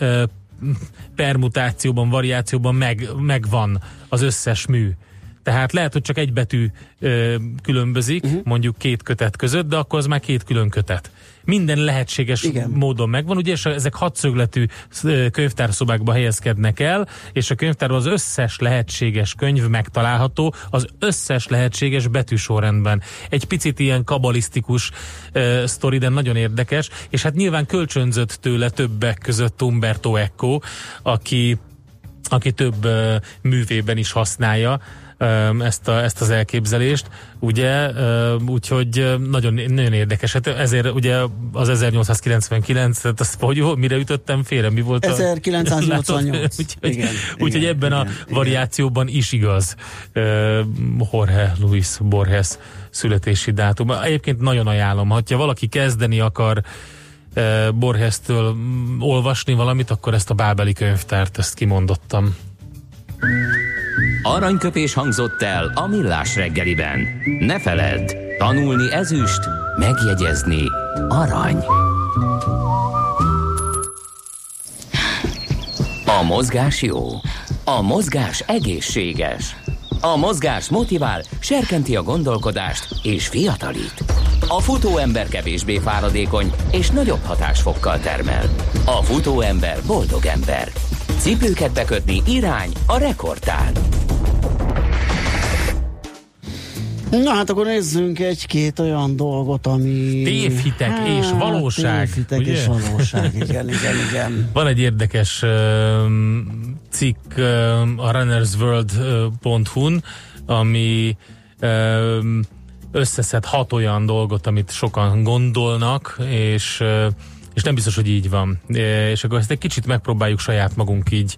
permutációban, variációban meg, megvan az összes mű. Tehát lehet, hogy csak egy betű ö, különbözik, uh-huh. mondjuk két kötet között, de akkor az már két külön kötet. Minden lehetséges igen. módon megvan, ugye, és ezek hatszögletű könyvtárszobákba helyezkednek el, és a könyvtárban az összes lehetséges könyv megtalálható, az összes lehetséges betűsorrendben. Egy picit ilyen kabalisztikus uh, sztori, de nagyon érdekes, és hát nyilván kölcsönzött tőle többek között Umberto Eco, aki, aki több uh, művében is használja ezt, a, ezt az elképzelést, ugye, úgyhogy nagyon, nagyon érdekes. Hát ezért ugye az ezernyolcszázkilencvenkilenc, tehát azt, hogy jó, mire ütöttem félre, mi volt a... ezerkilencszáznyolcvannyolc. Úgyhogy, igen, úgyhogy igen, ebben igen, a igen. variációban is igaz Jorge Luis Borges születési dátum. Egyébként nagyon ajánlom, ha valaki kezdeni akar Borges-től olvasni valamit, akkor ezt a Bábeli könyvtárt, ezt kimondottam. Aranyköpés hangzott el a Millás reggeliben. Ne feledd, tanulni ezüst, megjegyezni arany. A mozgás jó, a mozgás egészséges. A mozgás motivál, serkenti a gondolkodást és fiatalít. A futóember kevésbé fáradékony és nagyobb hatásfokkal termel. A futóember boldog ember. Cipőket bekötni irány a rekordtán. Na hát akkor nézzünk egy-két olyan dolgot, ami... Tévhitek hát, és valóság. Tévhitek ugye? És valóság, igen, igen, igen. Van egy érdekes uh, cikk uh, a runners world pont hu-n, ami uh, összeszed hat olyan dolgot, amit sokan gondolnak, és, uh, és nem biztos, hogy így van. És akkor ezt egy kicsit megpróbáljuk saját magunk így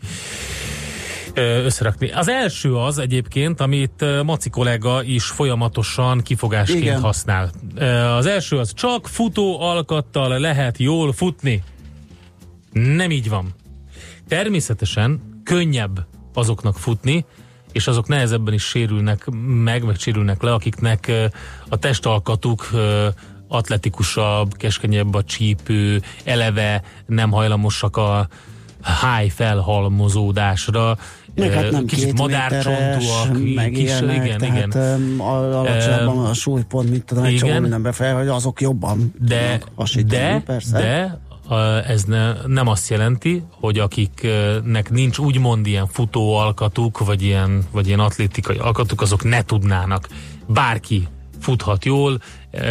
összerakni. Az első az egyébként, amit Maci kollega is folyamatosan kifogásként igen. használ. Az első az, csak futó alkattal lehet jól futni. Nem így van. Természetesen könnyebb azoknak futni, és azok nehezebben is sérülnek meg, meg sérülnek le, akiknek a testalkatuk atletikusabb, keskenyebb a csípő, eleve nem hajlamosak a high felhalmozódásra, meg hát nem kicsit madárcsontúak, meg kis, ilyenek, igen, tehát igen. alacsonyabban a súlypont, mit tudom, egy csomó mindenbe fel, hogy azok jobban de, de, persze. de ez ne, nem azt jelenti, hogy akiknek nincs úgymond ilyen futó alkatuk, vagy ilyen, vagy ilyen atlétikai alkatuk, azok ne tudnának. Bárki futhat jól,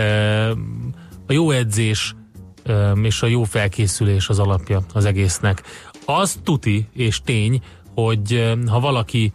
a jó edzés és a jó felkészülés az alapja az egésznek. Az tuti és tény, hogy ha valaki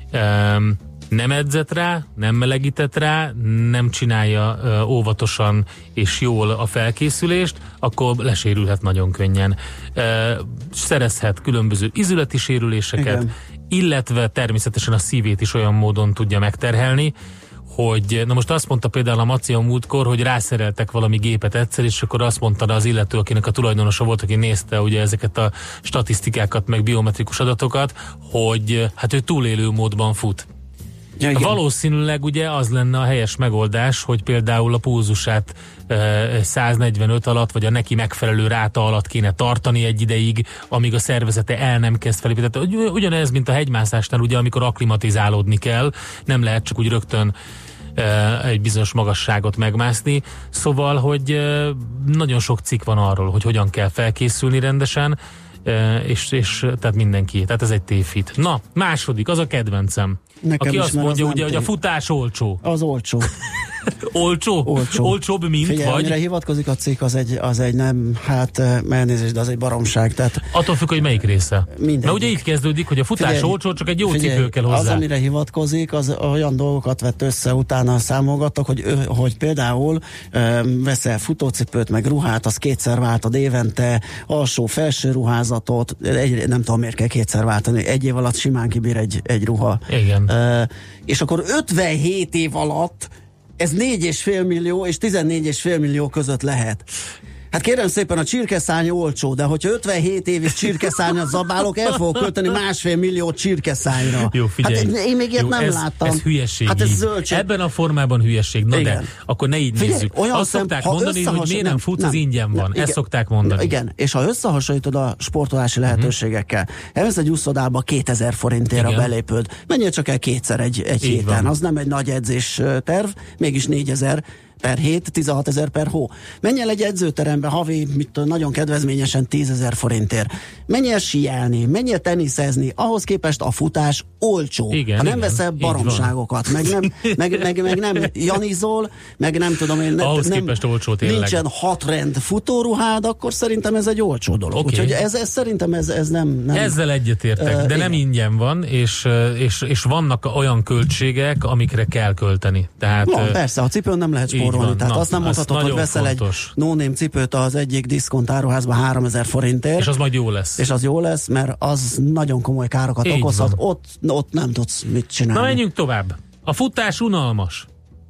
nem edzett rá, nem melegített rá, nem csinálja óvatosan és jól a felkészülést, akkor lesérülhet nagyon könnyen. Szerezhet különböző izületi sérüléseket, igen. illetve természetesen a szívét is olyan módon tudja megterhelni, hogy, na most azt mondta például a Maci a múltkor, hogy rászereltek valami gépet egyszer, és akkor azt mondta az illető, akinek a tulajdonosa volt, aki nézte ugye ezeket a statisztikákat, meg biometrikus adatokat, hogy hát ő túlélő módban fut. Ja, igen. Valószínűleg ugye az lenne a helyes megoldás, hogy például a pulzusát e, száznegyvenöt alatt, vagy a neki megfelelő ráta alatt kéne tartani egy ideig, amíg a szervezete el nem kezd felépíteni. Tehát ugyanez, mint a hegymászásnál, ugye, amikor akklimatizálódni kell, nem lehet csak úgy rögtön e, egy bizonyos magasságot megmászni. Szóval, hogy e, nagyon sok cikk van arról, hogy hogyan kell felkészülni rendesen, e, és, és tehát mindenki. Tehát ez egy tévhit. Na, második, az a kedvencem. Nekem Aki is, azt mert mondja, az ugye, nem hogy a tév. futás olcsó. Az olcsó. Olcsó? Olcsó. Olcsóbb, mint Figyelj, vagy? amire hivatkozik a cikk, az egy, az egy nem, hát elnézést, de az egy baromság. Tehát attól függ, hogy melyik része. Mindegyik. Mert ugye így kezdődik, hogy a futás Figyelj, olcsó, csak egy jó figyelj, cipő kell hozzá. Az, amire hivatkozik, az olyan dolgokat vett össze, utána számolgattak, hogy, ő, hogy például ö, veszel futócipőt, meg ruhát, az kétszer váltad évente, alsó-felső ruházatot, egy, nem tudom miért kell kétszer váltani, egy év alatt simán kibír egy, egy ruha. Igen. Ö, és akkor ötvenhét év alatt ez négy és fél millió és tizennégy és fél millió között lehet. Hát kérem szépen, a csirkeszány olcsó, de hogyha ötvenhét évig csirkeszányat zabálok, el fogok költeni másfél millió csirkeszányra. Jó, figyelj. Hát én még ilyet Jó, nem ez, láttam. Ez hülyeség. Hát ez így. zöldség. Ebben a formában hülyeség. Na Igen. de, akkor ne így Figyelj, nézzük. olyan Azt szem, szokták ha mondani, hogy összehasonl- miért nem futsz, az ingyen van. igen. Ezt szokták mondani. Igen, és ha összehasonlítod a sportolási lehetőségekkel, elmész egy úszodába kétezer forintért a Igen. belépőd, menjél csak el kétszer egy, egy Így héten. van. Az nem egy nagy edzés terv, mégis négyezer per hét, tizenhatezer per hó. Menj el egy edzőterembe havi, mit tudom, nagyon kedvezményesen tízezer forintért. Menj el síelni, menj el teniszezni, ahhoz képest a futás olcsó. Igen, ha nem igen, veszel így baromságokat, meg nem, meg, meg, meg nem janizol, meg nem tudom én, ne, Ahhoz nem, képest olcsó tényleg. nincsen hat rend futóruhád, akkor szerintem ez egy olcsó dolog. Oké. Úgyhogy ez, ez szerintem ez, ez nem, nem... Ezzel egyetértek, Ö, de nem igen. ingyen van, és, és, és vannak olyan költségek, amikre kell költeni. Tehát, Van, ö, persze, a cipőn nem lehet így spórolni. van. Tehát Na, azt nem az mondhatod, hogy nagyon veszel fontos. egy no-name cipőt az egyik diszkont áruházban háromezer forintért, és az majd jó lesz. és az jó lesz, mert az nagyon komoly károkat Így okozhat. van. Ott, ott nem tudsz mit csinálni. Na menjünk tovább. A futás unalmas.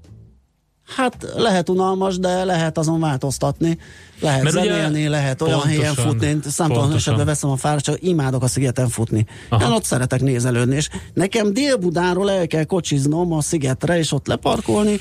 Hát lehet unalmas, de lehet azon változtatni. Lehet Mert ugye zenélni, lehet olyan pontosan, helyen futni. Én számtalan pontosan. esetben veszem a fáradtságot, imádok a szigeten futni. Aha. Én ott szeretek nézelődni, és nekem Dél-Budáról el kell kocsiznom a szigetre, és ott leparkolni,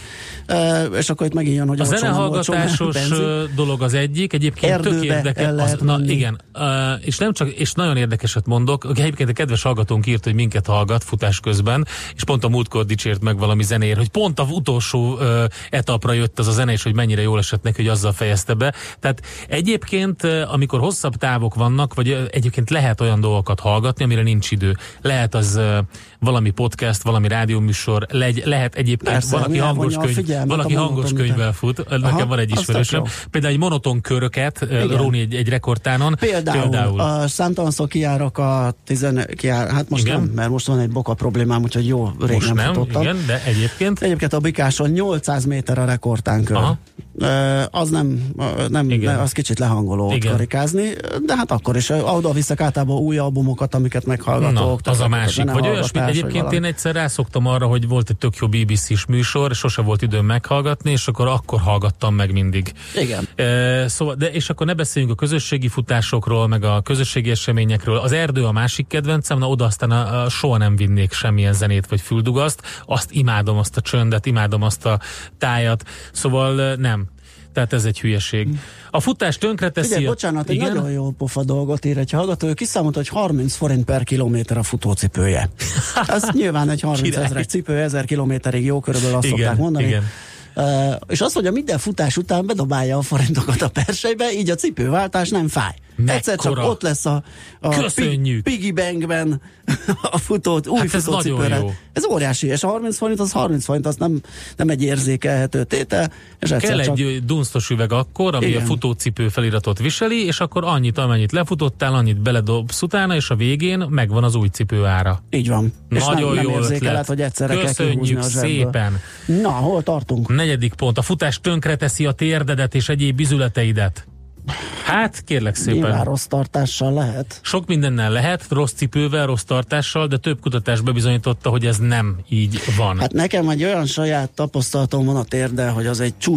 és akkor itt megint jön, hogy A olcsó, nem olcsó, zenehallgatásos mert benzin. ö, dolog az egyik, egyébként Erdőbe tök érdekes. el lehet Na menni. igen, ö, és nem csak, és nagyon érdekeset mondok, egyébként a kedves hallgatónk írt, hogy minket hallgat futás közben, és pont a múltkor dicsért meg valami zenéért, hogy pont az utolsó ö, etapra jött az a zene, és hogy mennyire jól esett neki, hogy azzal fejezte be. Tehát egyébként, amikor hosszabb távok vannak, vagy egyébként lehet olyan dolgokat hallgatni, amire nincs idő. Lehet az ö, valami podcast, valami rádióműsor, legy, lehet egyébként Persze, valaki mi hangos elvonja a könyv, figyelmet valaki a hangos monoton könyvvel után. fut. Aha, Nekem van egy az ismerősöm. tök Például egy monoton köröket Igen. róni egy, egy rekordtánon. Például, Például. a számtalanszor kijárok a tizen, kijár, hát most Igen. nem, mert most van egy boka problémám, úgyhogy jó, rég Most nem, nem, futottam. igen, de egyébként. Egyébként a Bikáson nyolcszáz méter a rekordtánkör. Aha. Uh, az nem, uh, nem Igen. az kicsit lehangoló ott Igen. karikázni, de hát akkor is uh, oda viszek általában új albumokat, amiket meghallgatok. Na, az a másik. Vagy olyasmi, zenehallgatás, egyébként vagy én valami. egyszer rászoktam arra, hogy volt egy tök jó bé bé cés műsor, és sose volt időm meghallgatni, és akkor akkor hallgattam meg mindig. Igen. E, szóval, de és akkor ne beszéljünk a közösségi futásokról, meg a közösségi eseményekről. Az erdő a másik kedvencem, na oda aztán a, a soha nem vinnék semmilyen zenét vagy füldugaszt. Azt imádom, azt a csöndet, imádom azt a tájat. Szóval nem. Tehát ez egy hülyeség. A futás tönkreteszi... Figyelj, a... bocsánat, egy Igen? nagyon jó pofa dolgot ír egy hallgató, ő kiszámolta, hogy harminc forint per kilométer a futócipője. Ez nyilván egy harminc Király. ezres cipő, ezer kilométerig jó, körülbelül azt Igen, szokták mondani. igen. Uh, és az, hogy a minden futás után bedobálja a forintokat a persejbe, így a cipőváltás nem fáj. Mekkora? Egyszer csak ott lesz a, a Köszönjük. Pig, Piggy Bankben a futót, új Hát ez futócipőre. nagyon jó. Ez óriási, és a harminc forint az harminc forint, az nem, nem egy érzékelhető tétel. És egyszer Kell csak... egy dunsztos üveg akkor, ami Igen. a futócipő feliratot viseli, és akkor annyit, amennyit lefutottál, annyit beledobsz utána, és a végén megvan az új cipő ára. Így van. És Nagyon nem, nem jó érzékeled, ötlet. hogy egyszerre kell Köszönjük kihúzni a zsebből. szépen. Na, hol tartunk? Negyedik pont. A futás tönkreteszi a térdedet és egyéb izületeidet. Hát, kérlek Nyilván szépen. rossz tartással lehet. Sok mindennel lehet, rossz cipővel, rossz tartással, de több kutatás bebizonyította, hogy ez nem így van. Hát nekem egy olyan saját tapasztalatom van a térdel, hogy az egy csuda.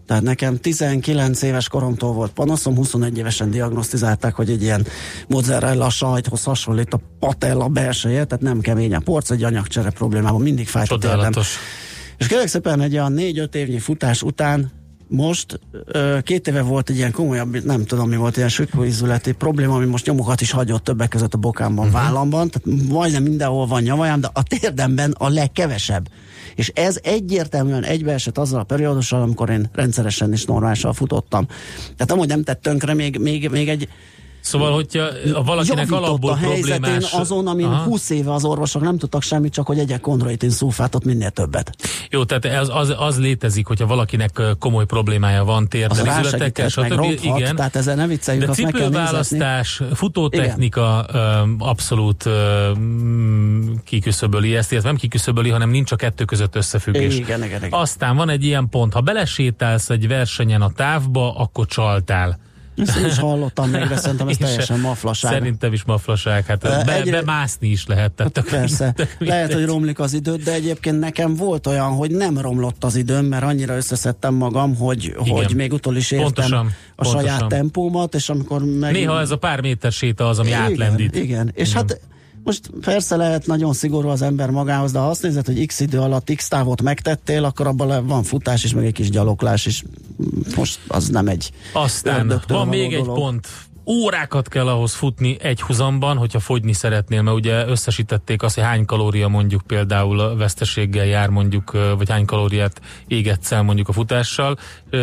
Tehát nekem tizenkilenc éves koromtól volt panaszom, huszonegy évesen diagnosztizálták, hogy egy ilyen mozzarella sajthoz hasonlít a patella belseje, tehát nem kemény a porc, egy anyagcsere problémában mindig fájt a térdem. És kérlek szépen egy olyan négy-öt évnyi futás után most két éve volt egy ilyen komolyabb, nem tudom mi volt, ilyen sükőizületi probléma, ami most nyomokat is hagyott többek között a bokámban, uh-huh. vállamban, tehát majdnem mindenhol van nyavajám, de a térdemben a legkevesebb. És ez egyértelműen egybeesett azzal a periódussal, amikor én rendszeresen és normálisan futottam. Tehát amúgy nem tett tönkre, még, még, még egy Szóval, hogyha valakinek alapból a problémás... azon, amin aha. húsz éve az orvosok nem tudtak semmit, csak hogy egyek kondroitin szulfátot minél többet. Jó, tehát az, az, az létezik, hogyha valakinek komoly problémája van térdezületekkel, stb. Igen. Tehát ezzel ne vicceljük, de azt meg kell nézni. cipőválasztás, futótechnika igen. abszolút kiküszöböli ezt, illetve nem kiküszöböli, hanem nincs a kettő között összefüggés. Igen, igen, igen. Aztán van egy ilyen pont, ha belesétálsz egy versenyen a távba, akkor csaltál. Ezt én is hallottam még, de szerintem ez teljesen maflaság. Szerintem is maflaság, hát be, egy... bemászni is lehet. Tehát persze, tök lehet, hogy romlik az időt, de egyébként nekem volt olyan, hogy nem romlott az időm, mert annyira összeszedtem magam, hogy, hogy még utol is értem pontosan, a pontosan. saját tempómat, és amikor meg... Néha ez a pár méter séta az, ami igen, átlendít. Igen, és igen. hát most persze lehet nagyon szigorú az ember magához, de ha azt nézed, hogy x idő alatt x távot megtettél, akkor abban van futás is, meg egy kis gyaloglás is. Most az nem egy... Aztán van még egy dolog. Pont. Órákat kell ahhoz futni egy huzamban, hogyha fogyni szeretnél, mert ugye összesítették azt, hogy hány kalória mondjuk például a veszteséggel jár mondjuk, vagy hány kalóriát égetsz el mondjuk a futással,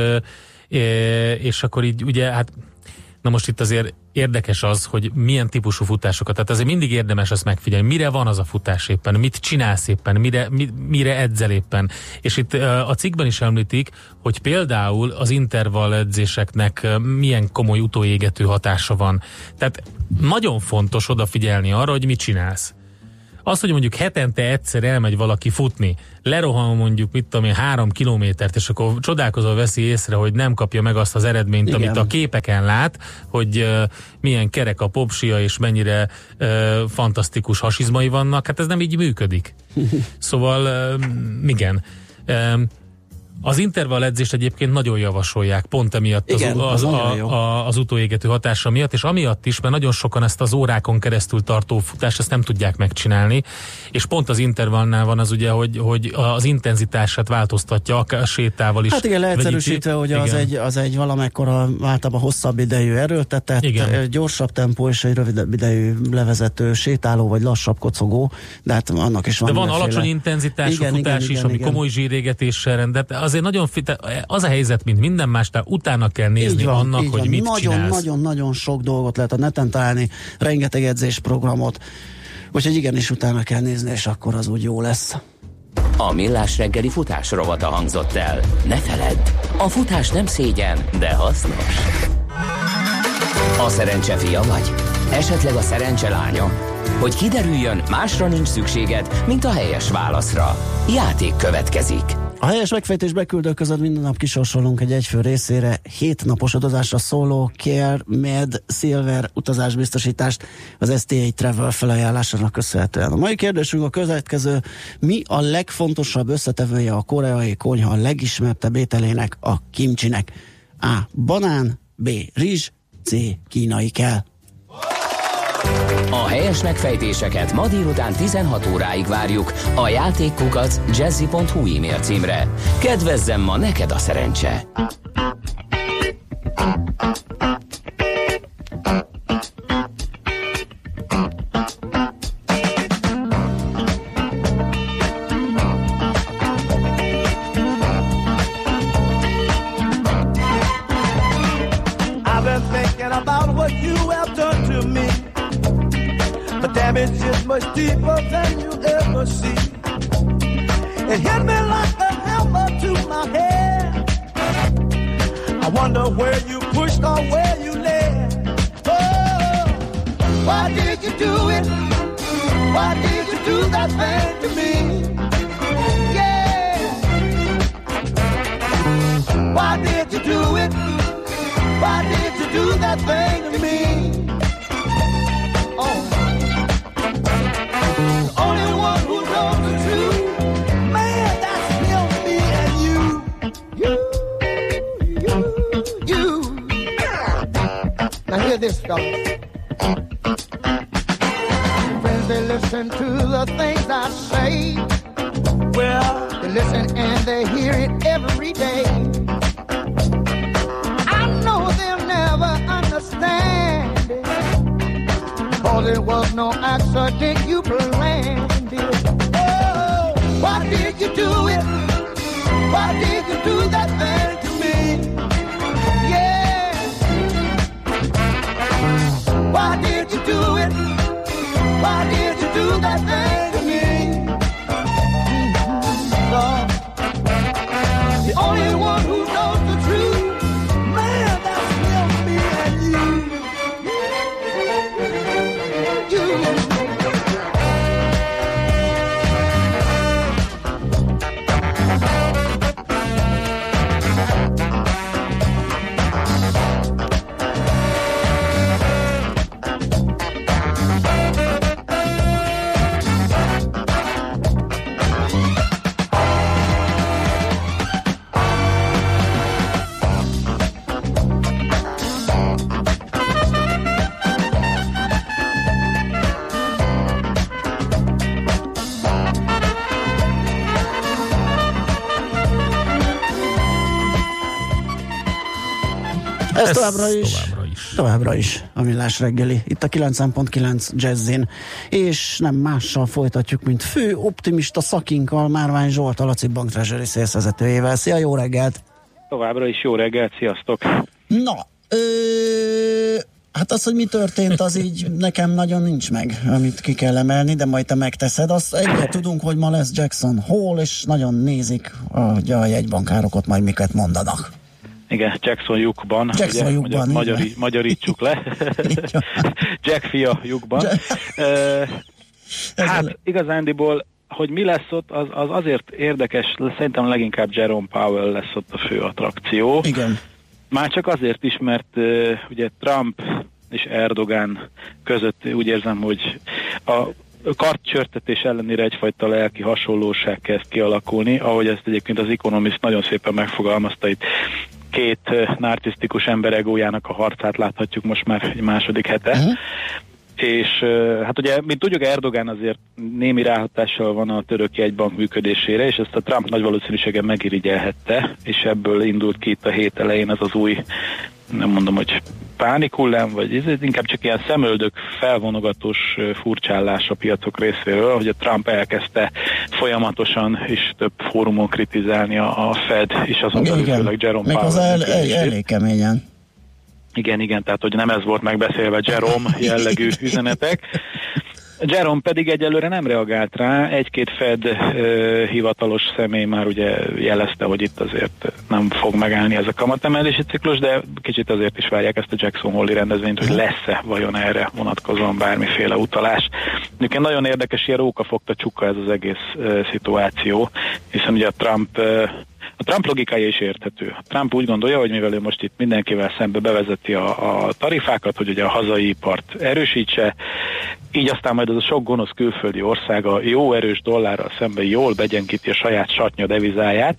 és akkor így ugye hát na most itt azért érdekes az, hogy milyen típusú futásokat, tehát azért mindig érdemes ezt megfigyelni, mire van az a futás éppen, mit csinálsz éppen, mire, mi, mire edzel éppen. És itt a cikkben is említik, hogy például az intervall edzéseknek milyen komoly utóégető hatása van. Tehát nagyon fontos odafigyelni arra, hogy mit csinálsz. Az, hogy mondjuk hetente egyszer elmegy valaki futni, lerohan mondjuk, mit tudom én, három kilométert, és akkor csodálkozol, veszi észre, hogy nem kapja meg azt az eredményt, igen. amit a képeken lát, hogy uh, milyen kerek a popsia, és mennyire uh, fantasztikus hasizmai vannak, hát ez nem így működik. Szóval, uh, igen. Um, Az intervall edzést egyébként nagyon javasolják, pont emiatt igen, az, az, a, a, az utóégető hatása miatt, és amiatt is, mert nagyon sokan ezt az órákon keresztül tartó futást, ezt nem tudják megcsinálni, és pont az intervallnál van az ugye, hogy, hogy az intenzitását változtatja, akár a sétával is. Hát igen, leegyszerűsítve, hogy az egy, az egy valamekkora általában hosszabb idejű erőltetett, igen. gyorsabb tempó és egy rövidebb idejű levezető sétáló, vagy lassabb kocogó, de hát annak is van. De van mindenféle... alacsony intenzitású igen, futás igen, is, igen, ami igen. komoly zsírégetéssel rendet. Azért nagyon fit, az a helyzet, mint minden más, tehát utána kell nézni van, annak, hogy van. mit nagyon, csinálsz. Nagyon-nagyon sok dolgot lehet a neten találni, rengeteg edzésprogramot, úgyhogy igenis utána kell nézni, és akkor az úgy jó lesz. A Millás reggeli futás rovata hangzott el. Ne feledd, a futás nem szégyen, de hasznos. A szerencse fia vagy? Esetleg a szerencse lánya? Hogy kiderüljön, másra nincs szükséged, mint a helyes válaszra. Játék következik. A helyes megfejtés beküldők között minden nap kisorsolunk egy egyfő részére hét napos utazásra szóló Care Med Silver utazásbiztosítást az es té á Travel felajánlásának köszönhetően. A mai kérdésünk a következő: mi a legfontosabb összetevője a koreai konyha legismertebb ételének, a kimcsinek? A. Banán, B. Rizs, C. Kínai kell. A helyes megfejtéseket ma délután tizenhat óráig várjuk a játékkukac jazzy pont hu e-mail címre. Kedvezzem ma neked a szerencse! I've been thinking about what you have done to me. The damage is much deeper than you ever see. It hit me like a hammer to my head. I wonder where you pushed or where you led. Oh, why did you do it? Why did you do that thing to me? Yeah. Why did you do it? Why did you do that thing to me? Oh. The only one who knows the truth, man, that's him, me, and you. You. Now hear this, fellas. Friends, they listen to the things I say. Well, they listen and they hear it every day. I know they'll never understand it, 'cause it was no accident, you planned it. Oh, why did you do it? Why did you do that thing to me? Yeah. Why did you do it? Why did you do that thing to me? Mm-hmm. Lord, the only one who knows the truth, man, that's still me and you. You. Ez, Ez továbbra, is, továbbra is. Továbbra is a Millás reggeli. Itt a kilencven egész kilenc Jazzin. És nem mással folytatjuk, mint fő optimista szakinkkal, Márvány Zsolt, a Laci Bank Treasury Sales vezetőjével. Szia, jó reggelt! Továbbra is jó reggelt, sziasztok! Na, ö, hát az, hogy mi történt, az így nekem nagyon nincs meg, amit ki kell emelni, de majd te megteszed. Azt egyre tudunk, hogy ma lesz Jackson Hole, és nagyon nézik, hogy a jegybankárokat majd miket mondanak. Igen, Jackson lyukban. Jackson ugye, lyukban. Magyar, magyari, magyarítsuk le. Jack fia lyukban. uh, hát igazándiból, hogy mi lesz ott, az, az azért érdekes, szerintem leginkább Jerome Powell lesz ott a fő attrakció. Igen. Már csak azért is, mert uh, ugye Trump és Erdogan között úgy érzem, hogy a kartcsörtetés ellenére egyfajta lelki hasonlóság kezd kialakulni, ahogy ezt egyébként az Economist nagyon szépen megfogalmazta itt. Két uh, narcisztikus ember egójának a harcát láthatjuk most már egy második hete. Uh-huh. És uh, hát ugye, mint tudjuk, Erdogan azért némi ráhatással van a török jegybank működésére, és ezt a Trump nagy valószínűséggel megirigyelhette, és ebből indult ki itt a hét elején ez az új, nem mondom, hogy pánikhullám, vagy ez inkább csak ilyen szemöldök felvonogatós furcsállás a piacok részéről, hogy a Trump elkezdte folyamatosan és több fórumon kritizálni a, a Fed, és azon belül főleg Jerome Powell. Még az el, el, elég keményen. Igen, igen, tehát hogy nem ez volt megbeszélve Jerome jellegű üzenetek. Jerome pedig egyelőre nem reagált rá, egy-két Fed uh, hivatalos személy már ugye jelezte, hogy itt azért nem fog megállni ez a kamatemelési ciklus, de kicsit azért is várják ezt a Jackson Hole-i rendezvényt, hogy lesz-e vajon erre vonatkozóan bármiféle utalás. Egyébként nagyon érdekes, ilyen rókafogta csukka ez az egész uh, szituáció, hiszen ugye a Trump uh, A Trump logikája is érthető. A Trump úgy gondolja, hogy mivel ő most itt mindenkivel szembe bevezeti a, a tarifákat, hogy ugye a hazai ipart erősítse, így aztán majd az a sok gonosz külföldi országa jó erős dollárral szemben jól begyengíti a saját satnya devizáját,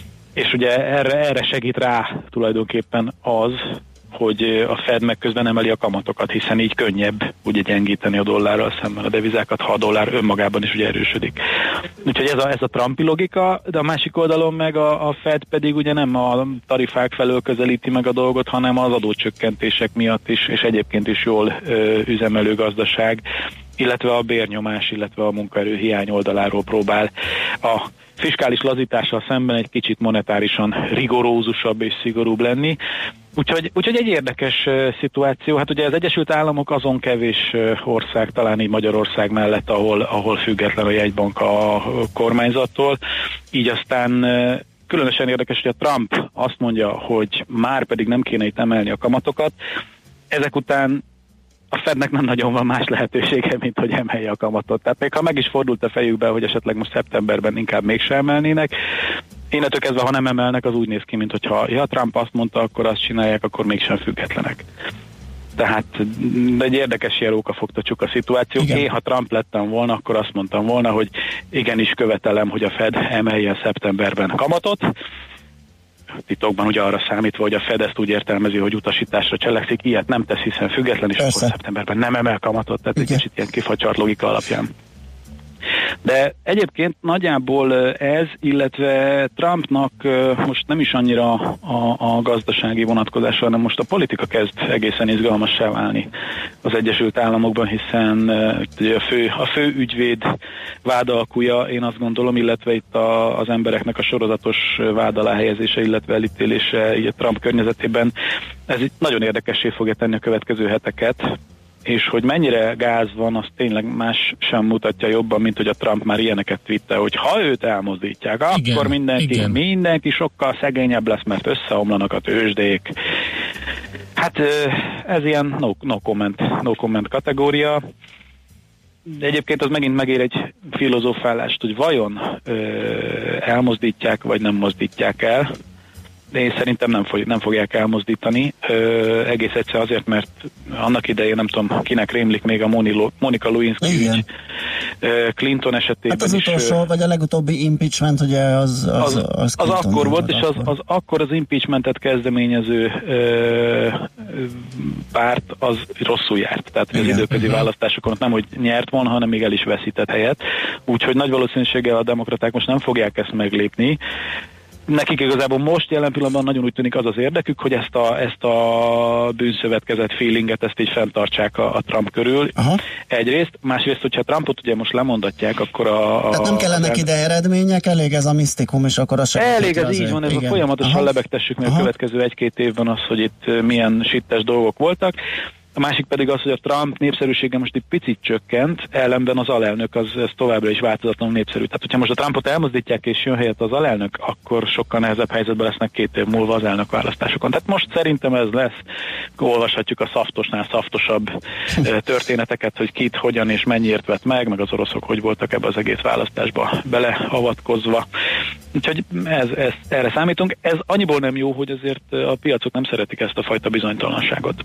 és ugye erre, erre segít rá tulajdonképpen az, hogy a Fed meg közben emeli a kamatokat, hiszen így könnyebb ugye gyengíteni a dollárral szemben a devizákat, ha a dollár önmagában is ugye erősödik. Úgyhogy ez a, ez a Trumpi logika, de a másik oldalon meg a, a Fed pedig ugye nem a tarifák felől közelíti meg a dolgot, hanem az adócsökkentések miatt is, és egyébként is jól ö, üzemelő gazdaság, illetve a bérnyomás, illetve a munkaerő hiány oldaláról próbál a fiskális lazítással szemben egy kicsit monetárisan rigorózusabb és szigorúbb lenni. Úgyhogy, úgyhogy egy érdekes uh, szituáció. Hát ugye az Egyesült Államok azon kevés uh, ország, talán így Magyarország mellett, ahol, ahol független a jegybank a kormányzattól. Így aztán uh, különösen érdekes, hogy a Trump azt mondja, hogy már pedig nem kéne itt emelni a kamatokat. Ezek után a Fednek nem nagyon van más lehetősége, mint hogy emelje a kamatot. Tehát még ha meg is fordult a fejükbe, hogy esetleg most szeptemberben inkább mégsem emelnének, innentől kezdve, ha nem emelnek, az úgy néz ki, mint hogyha ja, Trump azt mondta, akkor azt csinálják, akkor mégsem függetlenek. Tehát egy érdekes ilyen rókafogta csuka szituáció. Én, ha Trump lettem volna, akkor azt mondtam volna, hogy igenis követelem, hogy a Fed emelje szeptemberben kamatot. titokban, ugye arra számítva, hogy a Fed ezt úgy értelmezi, hogy utasításra cselekszik, ilyet nem tesz, hiszen független, és Persze. akkor szeptemberben nem emel kamatot, tehát egy kicsit ilyen kifacsart logika alapján. De egyébként nagyjából ez, illetve Trumpnak most nem is annyira a, a gazdasági vonatkozása, hanem most a politika kezd egészen izgalmassá válni az Egyesült Államokban, hiszen a fő, a fő ügyvéd vádalkúja, én azt gondolom, illetve itt a, az embereknek a sorozatos vád alá helyezése, illetve elítélése Trump környezetében, ez itt nagyon érdekessé fogja tenni a következő heteket, és hogy mennyire gáz van, az tényleg más sem mutatja jobban, mint hogy a Trump már ilyeneket twitte, hogy ha őt elmozdítják, igen, akkor mindenki, igen. mindenki sokkal szegényebb lesz, mert összeomlanak a tőzsdék. Hát ez ilyen no, no comment, no comment kategória. De egyébként az megint megér egy filozófálást, hogy vajon ö, elmozdítják, vagy nem mozdítják el. De én szerintem nem, fog, nem fogják elmozdítani. Ö, egész egyszer azért, mert annak idején nem tudom, kinek rémlik még a Monica Lewinsky ügy. Ö, Clinton esetében hát az is. utolsó, vagy a legutóbbi impeachment, ugye az az, az, az, az akkor volt, és az, az akkor az impeachmentet kezdeményező ö, párt az rosszul járt. Tehát igen, az időközi igen. választásokon nem, hogy nyert volna, hanem még el is veszített helyet. Úgyhogy nagy valószínűséggel a demokraták most nem fogják ezt meglépni. Nekik igazából most jelen pillanatban nagyon úgy tűnik az az érdekük, hogy ezt a, ezt a bűnszövetkezet feelinget, ezt így fenntartsák a, a Trump körül. Aha. Egyrészt, másrészt, hogyha Trumpot ugye most lemondatják, akkor a... a Tehát nem kellenek el... ide eredmények, elég ez a misztikum, és akkor az sem... Elég ez így van, ez igen. a folyamatosan Aha. lebegtessük meg Aha. a következő egy-két évben az, hogy itt milyen sittes dolgok voltak. A másik pedig az, hogy a Trump népszerűsége most egy picit csökkent, ellenben az alelnök az, az továbbra is változatlanul népszerű. Tehát, hogyha most a Trumpot elmozdítják és jön helyett az alelnök, akkor sokkal nehezebb helyzetben lesznek két év múlva az elnök választásokon. Tehát most szerintem ez lesz. Olvashatjuk a szaftosnál szaftosabb történeteket, hogy kit, hogyan és mennyiért vett meg, meg az oroszok hogy voltak ebbe az egész választásba beleavatkozva. Úgyhogy ez, ez, erre számítunk. Ez annyiból nem jó, hogy azért a piacok nem szeretik ezt a fajta bizonytalanságot.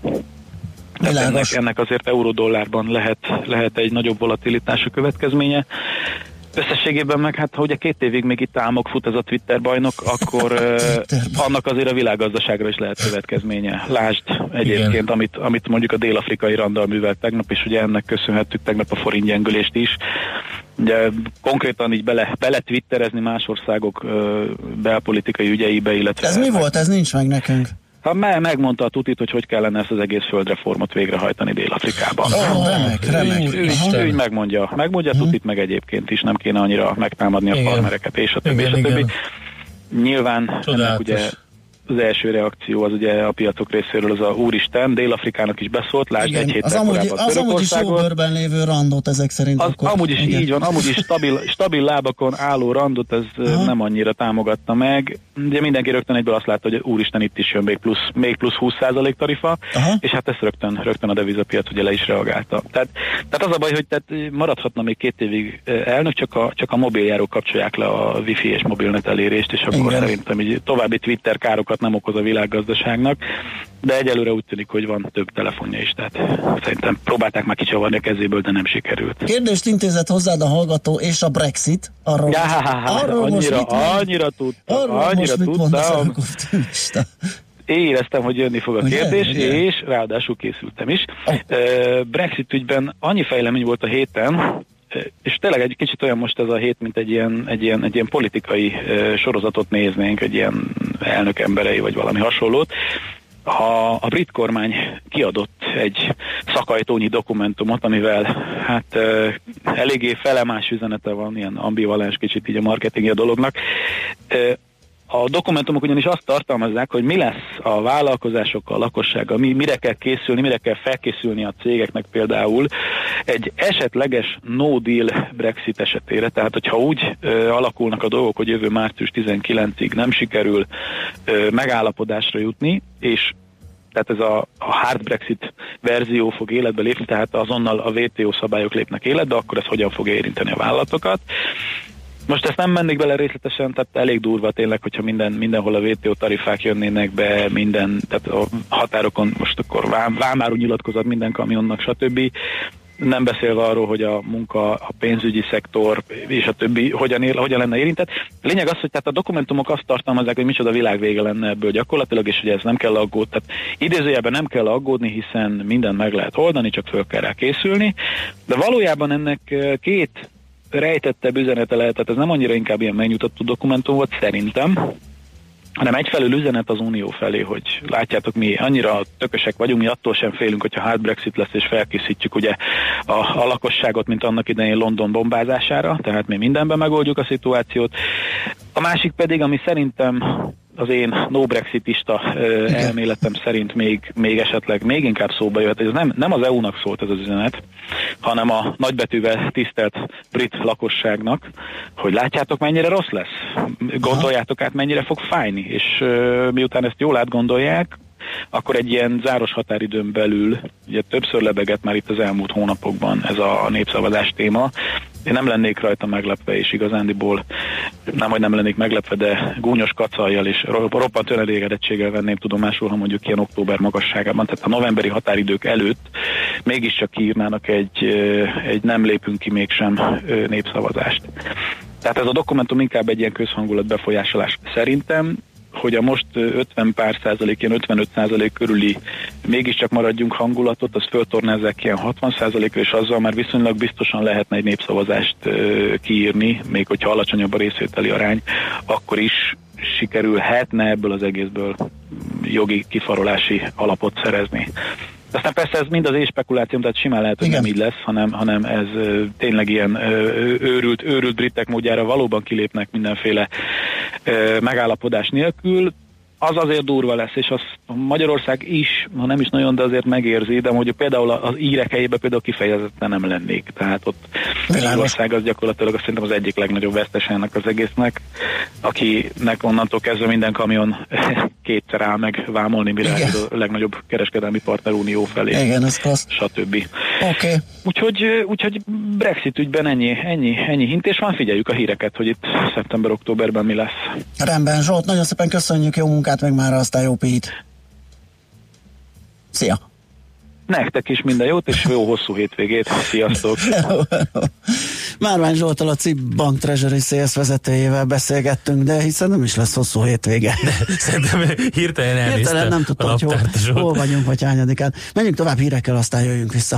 Ennek, ennek azért euró-dollárban lehet, lehet egy nagyobb volatilitású következménye. Összességében meg, hát ha ugye két évig még itt álmok fut ez a Twitter bajnok, akkor uh, annak azért a világgazdaságra is lehet következménye. Lásd egyébként, amit, amit mondjuk a dél-afrikai randal művelt tegnap, és ugye ennek köszönhettük tegnap a forint gyengülést is. Ugye konkrétan így bele, bele twitterezni más országok uh, belpolitikai ügyeibe, illetve... Ez mi volt? Ez nincs meg nekünk. Ha me- megmondta a tutit, hogy hogy kellene ezt az egész földreformot végrehajtani Dél-Afrikában. Oh, remek, remek. Ő, ő, ő megmondja. Megmondja a tutit, meg egyébként is nem kéne annyira megtámadni a farmereket, és a többi, igen, és a többi. Nyilván ennek ugye az első reakció az ugye a piacok részéről az a úristen, Dél-Afrikának is beszólt, lásd egy héttel korábban az amúgy is Uberben lévő randot ezek szerint. Az, akkor, amúgy is igen. így van, amúgy is stabil, stabil lábakon álló randot ez Aha. nem annyira támogatta meg. Ugye mindenki rögtön egyből azt látta, hogy úristen itt is jön még plusz, még plusz húsz százalék tarifa, Aha. és hát ezt rögtön, rögtön a devizapiac ugye le is reagálta. Tehát, tehát az a baj, hogy tehát maradhatna még két évig elnök, csak a, csak a mobiljárók kapcsolják le a wifi és mobilnet elérést, és akkor igen. szerintem így további Twitter károkat nem okoz a világgazdaságnak, de egyelőre úgy tűnik, hogy van több telefonja is, tehát szerintem próbálták már kicsavarni a kezéből, de nem sikerült. Kérdést intézett hozzád a hallgató, és a Brexit? Arról, ja, most, arról annyira, most annyira tudtam, arról annyira tudtam. Éreztem, hogy jönni fog a ugye, kérdés, ugye? És ráadásul készültem is. Oh. Brexit ügyben annyi fejlemény volt a héten, és tényleg egy kicsit olyan most ez a hét, mint egy ilyen, egy ilyen, egy ilyen politikai uh, sorozatot néznénk, egy ilyen elnök emberei, vagy valami hasonlót. A, a brit kormány kiadott egy szakajtónyi dokumentumot, amivel hát uh, eléggé felemás üzenete van, ilyen ambivalens kicsit így a marketingje a dolognak. Uh, A dokumentumok ugyanis azt tartalmazzák, hogy mi lesz a vállalkozásokkal, a lakossággal, mi, mire kell készülni, mire kell felkészülni a cégeknek például egy esetleges no deal Brexit esetére, tehát hogyha úgy ö, alakulnak a dolgok, hogy jövő március tizenkilencedikéig nem sikerül ö, megállapodásra jutni, és tehát ez a, a hard Brexit verzió fog életbe lépni, tehát azonnal a vé té o szabályok lépnek életbe, akkor ez hogyan fogja érinteni a vállalatokat. Most ezt nem mennék bele részletesen, tehát elég durva tényleg, hogyha minden, mindenhol a vé té o tarifák jönnének be, minden, tehát a határokon most akkor vám, vámárú nyilatkozat minden kamionnak, stb. nem beszélve arról, hogy a munka, a pénzügyi szektor és a többi hogyan, ér, hogyan lenne érintett. A lényeg az, hogy tehát a dokumentumok azt tartalmazzák, hogy micsoda világvége lenne ebből gyakorlatilag, és hogy ez nem kell aggódni. Tehát idézőjelben nem kell aggódni, hiszen mindent meg lehet oldani, csak föl kell rá készülni. De valójában ennek két rejtettebb üzenete lehet, tehát ez nem annyira inkább ilyen megnyugtató dokumentum volt szerintem, hanem egyfelől üzenet az Unió felé, hogy látjátok, mi annyira tökösek vagyunk, mi attól sem félünk, hogyha hard Brexit lesz, és felkészítjük ugye a, a lakosságot, mint annak idején London bombázására, tehát mi mindenben megoldjuk a szituációt. A másik pedig, ami szerintem az én no-brexitista uh, elméletem szerint még, még esetleg még inkább szóba jöhet, ez nem, nem az é u-nak szólt ez az üzenet, hanem a nagybetűvel tisztelt brit lakosságnak, hogy látjátok, mennyire rossz lesz. Gondoljátok át, mennyire fog fájni, és uh, miután ezt jól átgondolják, akkor egy ilyen záros határidőn belül, ugye többször lebegett már itt az elmúlt hónapokban ez a népszavazás téma. Én nem lennék rajta meglepve, és igazándiból nem, hogy nem lennék meglepve, de gúnyos kacajjal és roppant önelégedettséggel venném tudomásul, ha mondjuk ilyen október magasságában, tehát a novemberi határidők előtt mégiscsak kiírnának egy, egy nem lépünk ki mégsem népszavazást. Tehát ez a dokumentum inkább egy ilyen közhangulat befolyásolás szerintem, hogy a most ötven pár százalék, ilyen ötvenöt százalék körüli mégiscsak maradjunk hangulatot, azt föltornázzák ilyen hatvan százalékra, és azzal már viszonylag biztosan lehetne egy népszavazást uh, kiírni, még hogyha alacsonyabb a részvételi arány, akkor is sikerülhetne ebből az egészből jogi kifarolási alapot szerezni. Aztán persze ez mind az én spekulációm, tehát simán lehet, hogy igen, nem így lesz, hanem, hanem ez ö, tényleg ilyen ö, őrült, őrült britek módjára valóban kilépnek mindenféle ö, megállapodás nélkül. Az azért durva lesz, és az Magyarország is, ha nem is nagyon, de azért megérzi, de mondjuk például az írek helyében például kifejezetten nem lennék. Tehát ott Magyarország az gyakorlatilag azt szerintem az egyik legnagyobb vesztes ennek az egésznek, akinek onnantól kezdve minden kamion kétszer áll meg vámolni, mire a legnagyobb kereskedelmi partnerunió felé. Igen, ez klassz. Stb. Oké. Okay. Úgyhogy, úgyhogy Brexit ügyben ennyi, ennyi, ennyi hintés van, figyeljük a híreket, hogy itt szeptember-októberben mi lesz. Rendben, Zsolt, nagyon szépen köszönjük, jó munkát, meg már aztán jó pihit. Szia! Nektek is minden jót, és jó hosszú hétvégét. Sziasztok! Márvány Zsolttal, a cé i bé Bank Treasury Sales vezetőjével beszélgettünk, de hiszen nem is lesz hosszú hétvége. Szerintem hirtelen elnézte. Hirtelen nem tudtam, hogy hol, hol vagyunk, vagy hányadikán. Menjünk tovább hírekkel, aztán jöjjünk vissza.